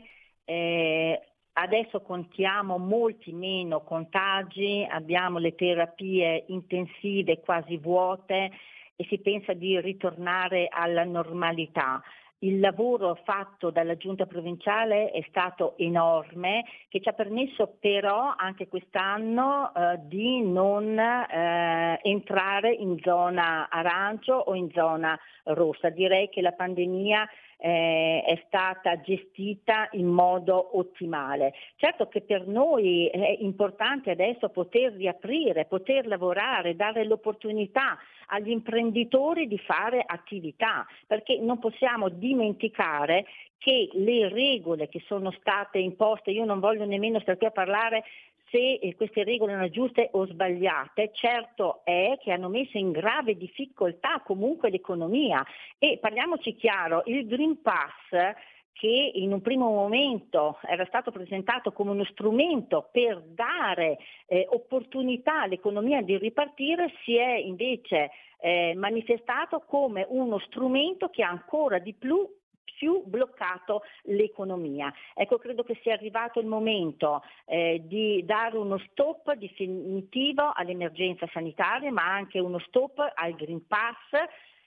eh, adesso contiamo molti meno contagi, abbiamo le terapie intensive quasi vuote e si pensa di ritornare alla normalità. Il lavoro fatto dalla giunta provinciale è stato enorme, che ci ha permesso però anche quest'anno eh, di non eh, entrare in zona arancio o in zona rossa. Direi che la pandemia eh, è stata gestita in modo ottimale. Certo che per noi è importante adesso poter riaprire, poter lavorare, dare l'opportunità agli imprenditori di fare attività, perché non possiamo dimenticare che le regole che sono state imposte, io non voglio nemmeno stare qui a parlare se queste regole sono giuste o sbagliate, certo è che hanno messo in grave difficoltà comunque l'economia. E parliamoci chiaro, il Green Pass, che in un primo momento era stato presentato come uno strumento per dare eh, opportunità all'economia di ripartire, si è invece eh, manifestato come uno strumento che ha ancora di più più bloccato l'economia. Ecco, credo che sia arrivato il momento eh, di dare uno stop definitivo all'emergenza sanitaria, ma anche uno stop al Green Pass.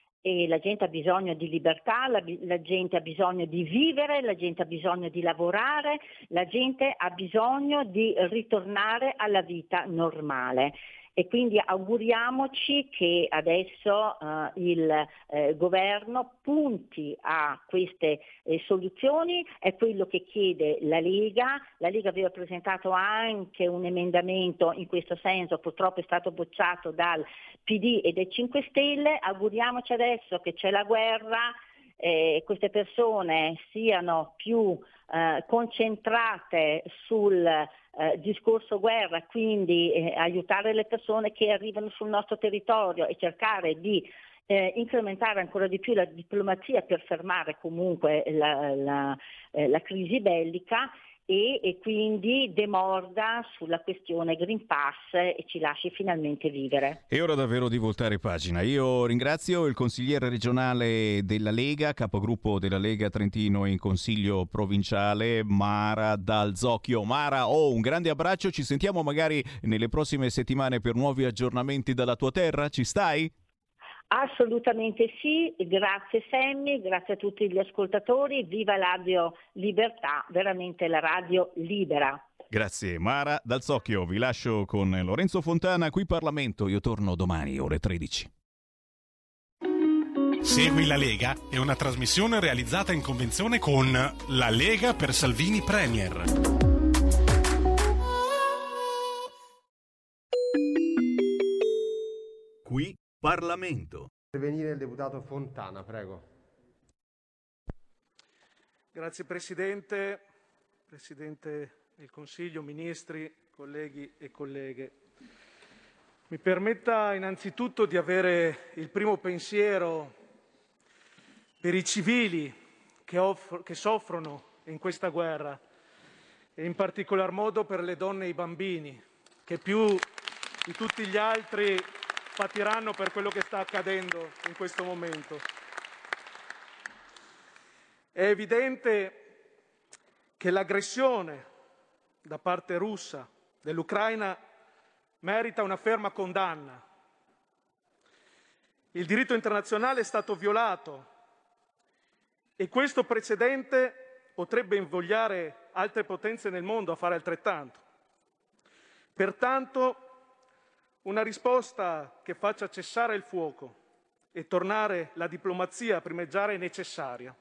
E la gente ha bisogno di libertà, la, la gente ha bisogno di vivere, la gente ha bisogno di lavorare, la gente ha bisogno di ritornare alla vita normale. E quindi auguriamoci che adesso eh, il eh, governo punti a queste eh, soluzioni, è quello che chiede la Lega. La Lega aveva presentato anche un emendamento in questo senso, purtroppo è stato bocciato dal P D e dai cinque Stelle. Auguriamoci adesso che c'è la guerra, eh, queste persone siano più eh, concentrate sul Eh, discorso guerra, quindi eh, aiutare le persone che arrivano sul nostro territorio e cercare di eh, incrementare ancora di più la diplomazia per fermare comunque la, la, eh, la crisi bellica e, e quindi demorda sulla questione Green Pass e ci lasci finalmente vivere. È ora davvero di voltare pagina. Io ringrazio il consigliere regionale della Lega, capogruppo della Lega Trentino in consiglio provinciale, Mara Dal Zocchio. Mara, oh, un grande abbraccio, ci sentiamo magari nelle prossime settimane per nuovi aggiornamenti dalla tua terra, ci stai? Assolutamente sì, grazie Sammy, grazie a tutti gli ascoltatori, viva Radio Libertà, veramente la radio libera. Grazie Mara Dal Socchio, vi lascio con Lorenzo Fontana, qui Parlamento, io torno domani ore tredici. Segui la Lega è una trasmissione realizzata in convenzione con La Lega per Salvini Premier. Qui Parlamento. Intervenire il deputato Fontana, prego. Grazie Presidente, Presidente del Consiglio, Ministri, colleghi e colleghe. Mi permetta innanzitutto di avere il primo pensiero per i civili che, offro, che soffrono in questa guerra e in particolar modo per le donne e i bambini che più di tutti gli altri patiranno per quello che sta accadendo in questo momento. È evidente che l'aggressione da parte russa dell'Ucraina merita una ferma condanna. Il diritto internazionale è stato violato e questo precedente potrebbe invogliare altre potenze nel mondo a fare altrettanto. Pertanto, una risposta che faccia cessare il fuoco e tornare la diplomazia a primeggiare è necessaria.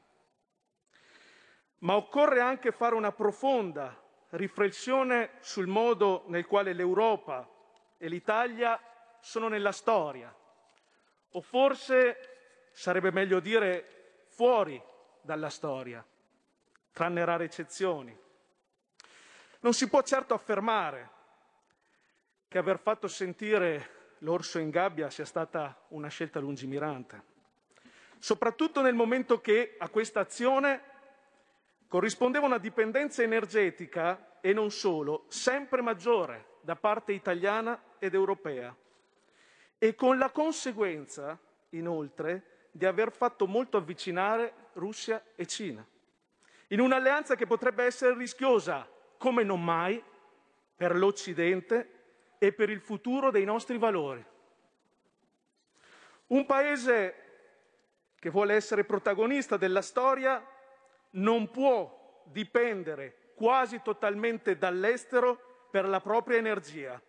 Ma occorre anche fare una profonda riflessione sul modo nel quale l'Europa e l'Italia sono nella storia, o forse sarebbe meglio dire fuori dalla storia, tranne rare eccezioni. Non si può certo affermare che aver fatto sentire l'orso in gabbia sia stata una scelta lungimirante, soprattutto nel momento che a questa azione corrispondeva una dipendenza energetica e non solo, sempre maggiore da parte italiana ed europea, e con la conseguenza, inoltre, di aver fatto molto avvicinare Russia e Cina, in un'alleanza che potrebbe essere rischiosa, come non mai, per l'Occidente e per il futuro dei nostri valori. Un paese che vuole essere protagonista della storia non può dipendere quasi totalmente dall'estero per la propria energia.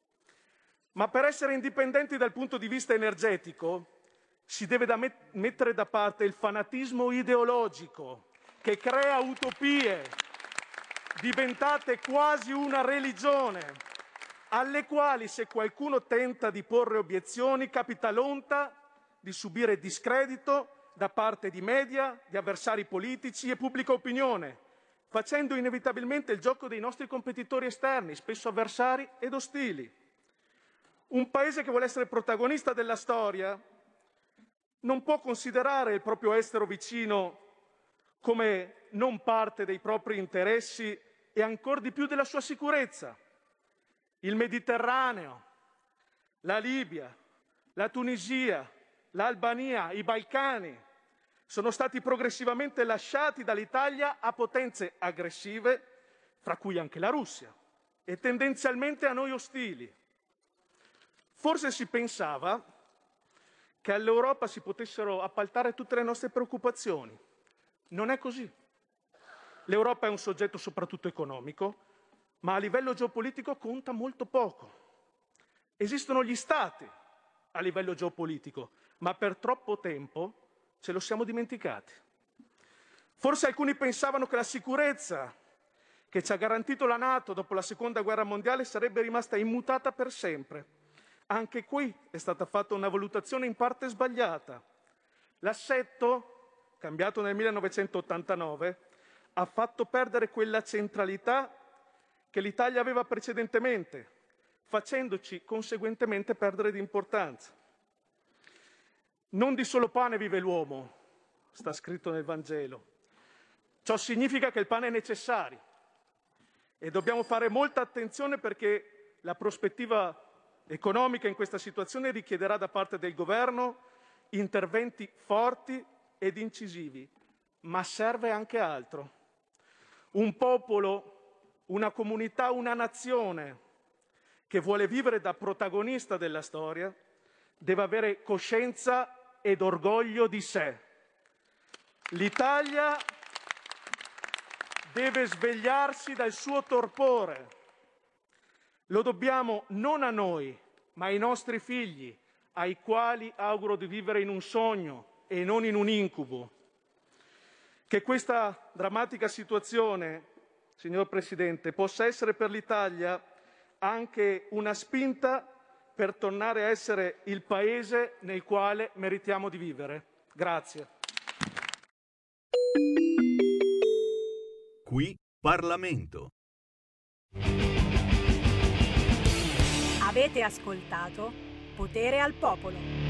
Ma per essere indipendenti dal punto di vista energetico si deve da met- mettere da parte il fanatismo ideologico che crea utopie diventate quasi una religione, alle quali se qualcuno tenta di porre obiezioni capita l'onta di subire discredito da parte di media, di avversari politici e pubblica opinione, facendo inevitabilmente il gioco dei nostri competitori esterni, spesso avversari ed ostili. Un paese che vuole essere protagonista della storia non può considerare il proprio estero vicino come non parte dei propri interessi e ancor di più della sua sicurezza. Il Mediterraneo, la Libia, la Tunisia, l'Albania, i Balcani sono stati progressivamente lasciati dall'Italia a potenze aggressive, fra cui anche la Russia, e tendenzialmente a noi ostili. Forse si pensava che all'Europa si potessero appaltare tutte le nostre preoccupazioni. Non è così. L'Europa è un soggetto soprattutto economico, ma a livello geopolitico conta molto poco. Esistono gli Stati a livello geopolitico, ma per troppo tempo ce lo siamo dimenticati. Forse alcuni pensavano che la sicurezza che ci ha garantito la NATO dopo la Seconda Guerra Mondiale sarebbe rimasta immutata per sempre. Anche qui è stata fatta una valutazione in parte sbagliata. L'assetto, cambiato nel millenovecentottantanove, ha fatto perdere quella centralità che l'Italia aveva precedentemente, facendoci conseguentemente perdere di importanza. Non di solo pane vive l'uomo, sta scritto nel Vangelo. Ciò significa che il pane è necessario e dobbiamo fare molta attenzione perché la prospettiva economica in questa situazione richiederà da parte del governo interventi forti ed incisivi, ma serve anche altro. Un popolo, una comunità, una nazione che vuole vivere da protagonista della storia deve avere coscienza ed orgoglio di sé. L'Italia deve svegliarsi dal suo torpore. Lo dobbiamo non a noi, ma ai nostri figli, ai quali auguro di vivere in un sogno e non in un incubo. Che questa drammatica situazione, signor Presidente, possa essere per l'Italia anche una spinta per tornare a essere il Paese nel quale meritiamo di vivere. Grazie. Qui Parlamento. Avete ascoltato Potere al Popolo.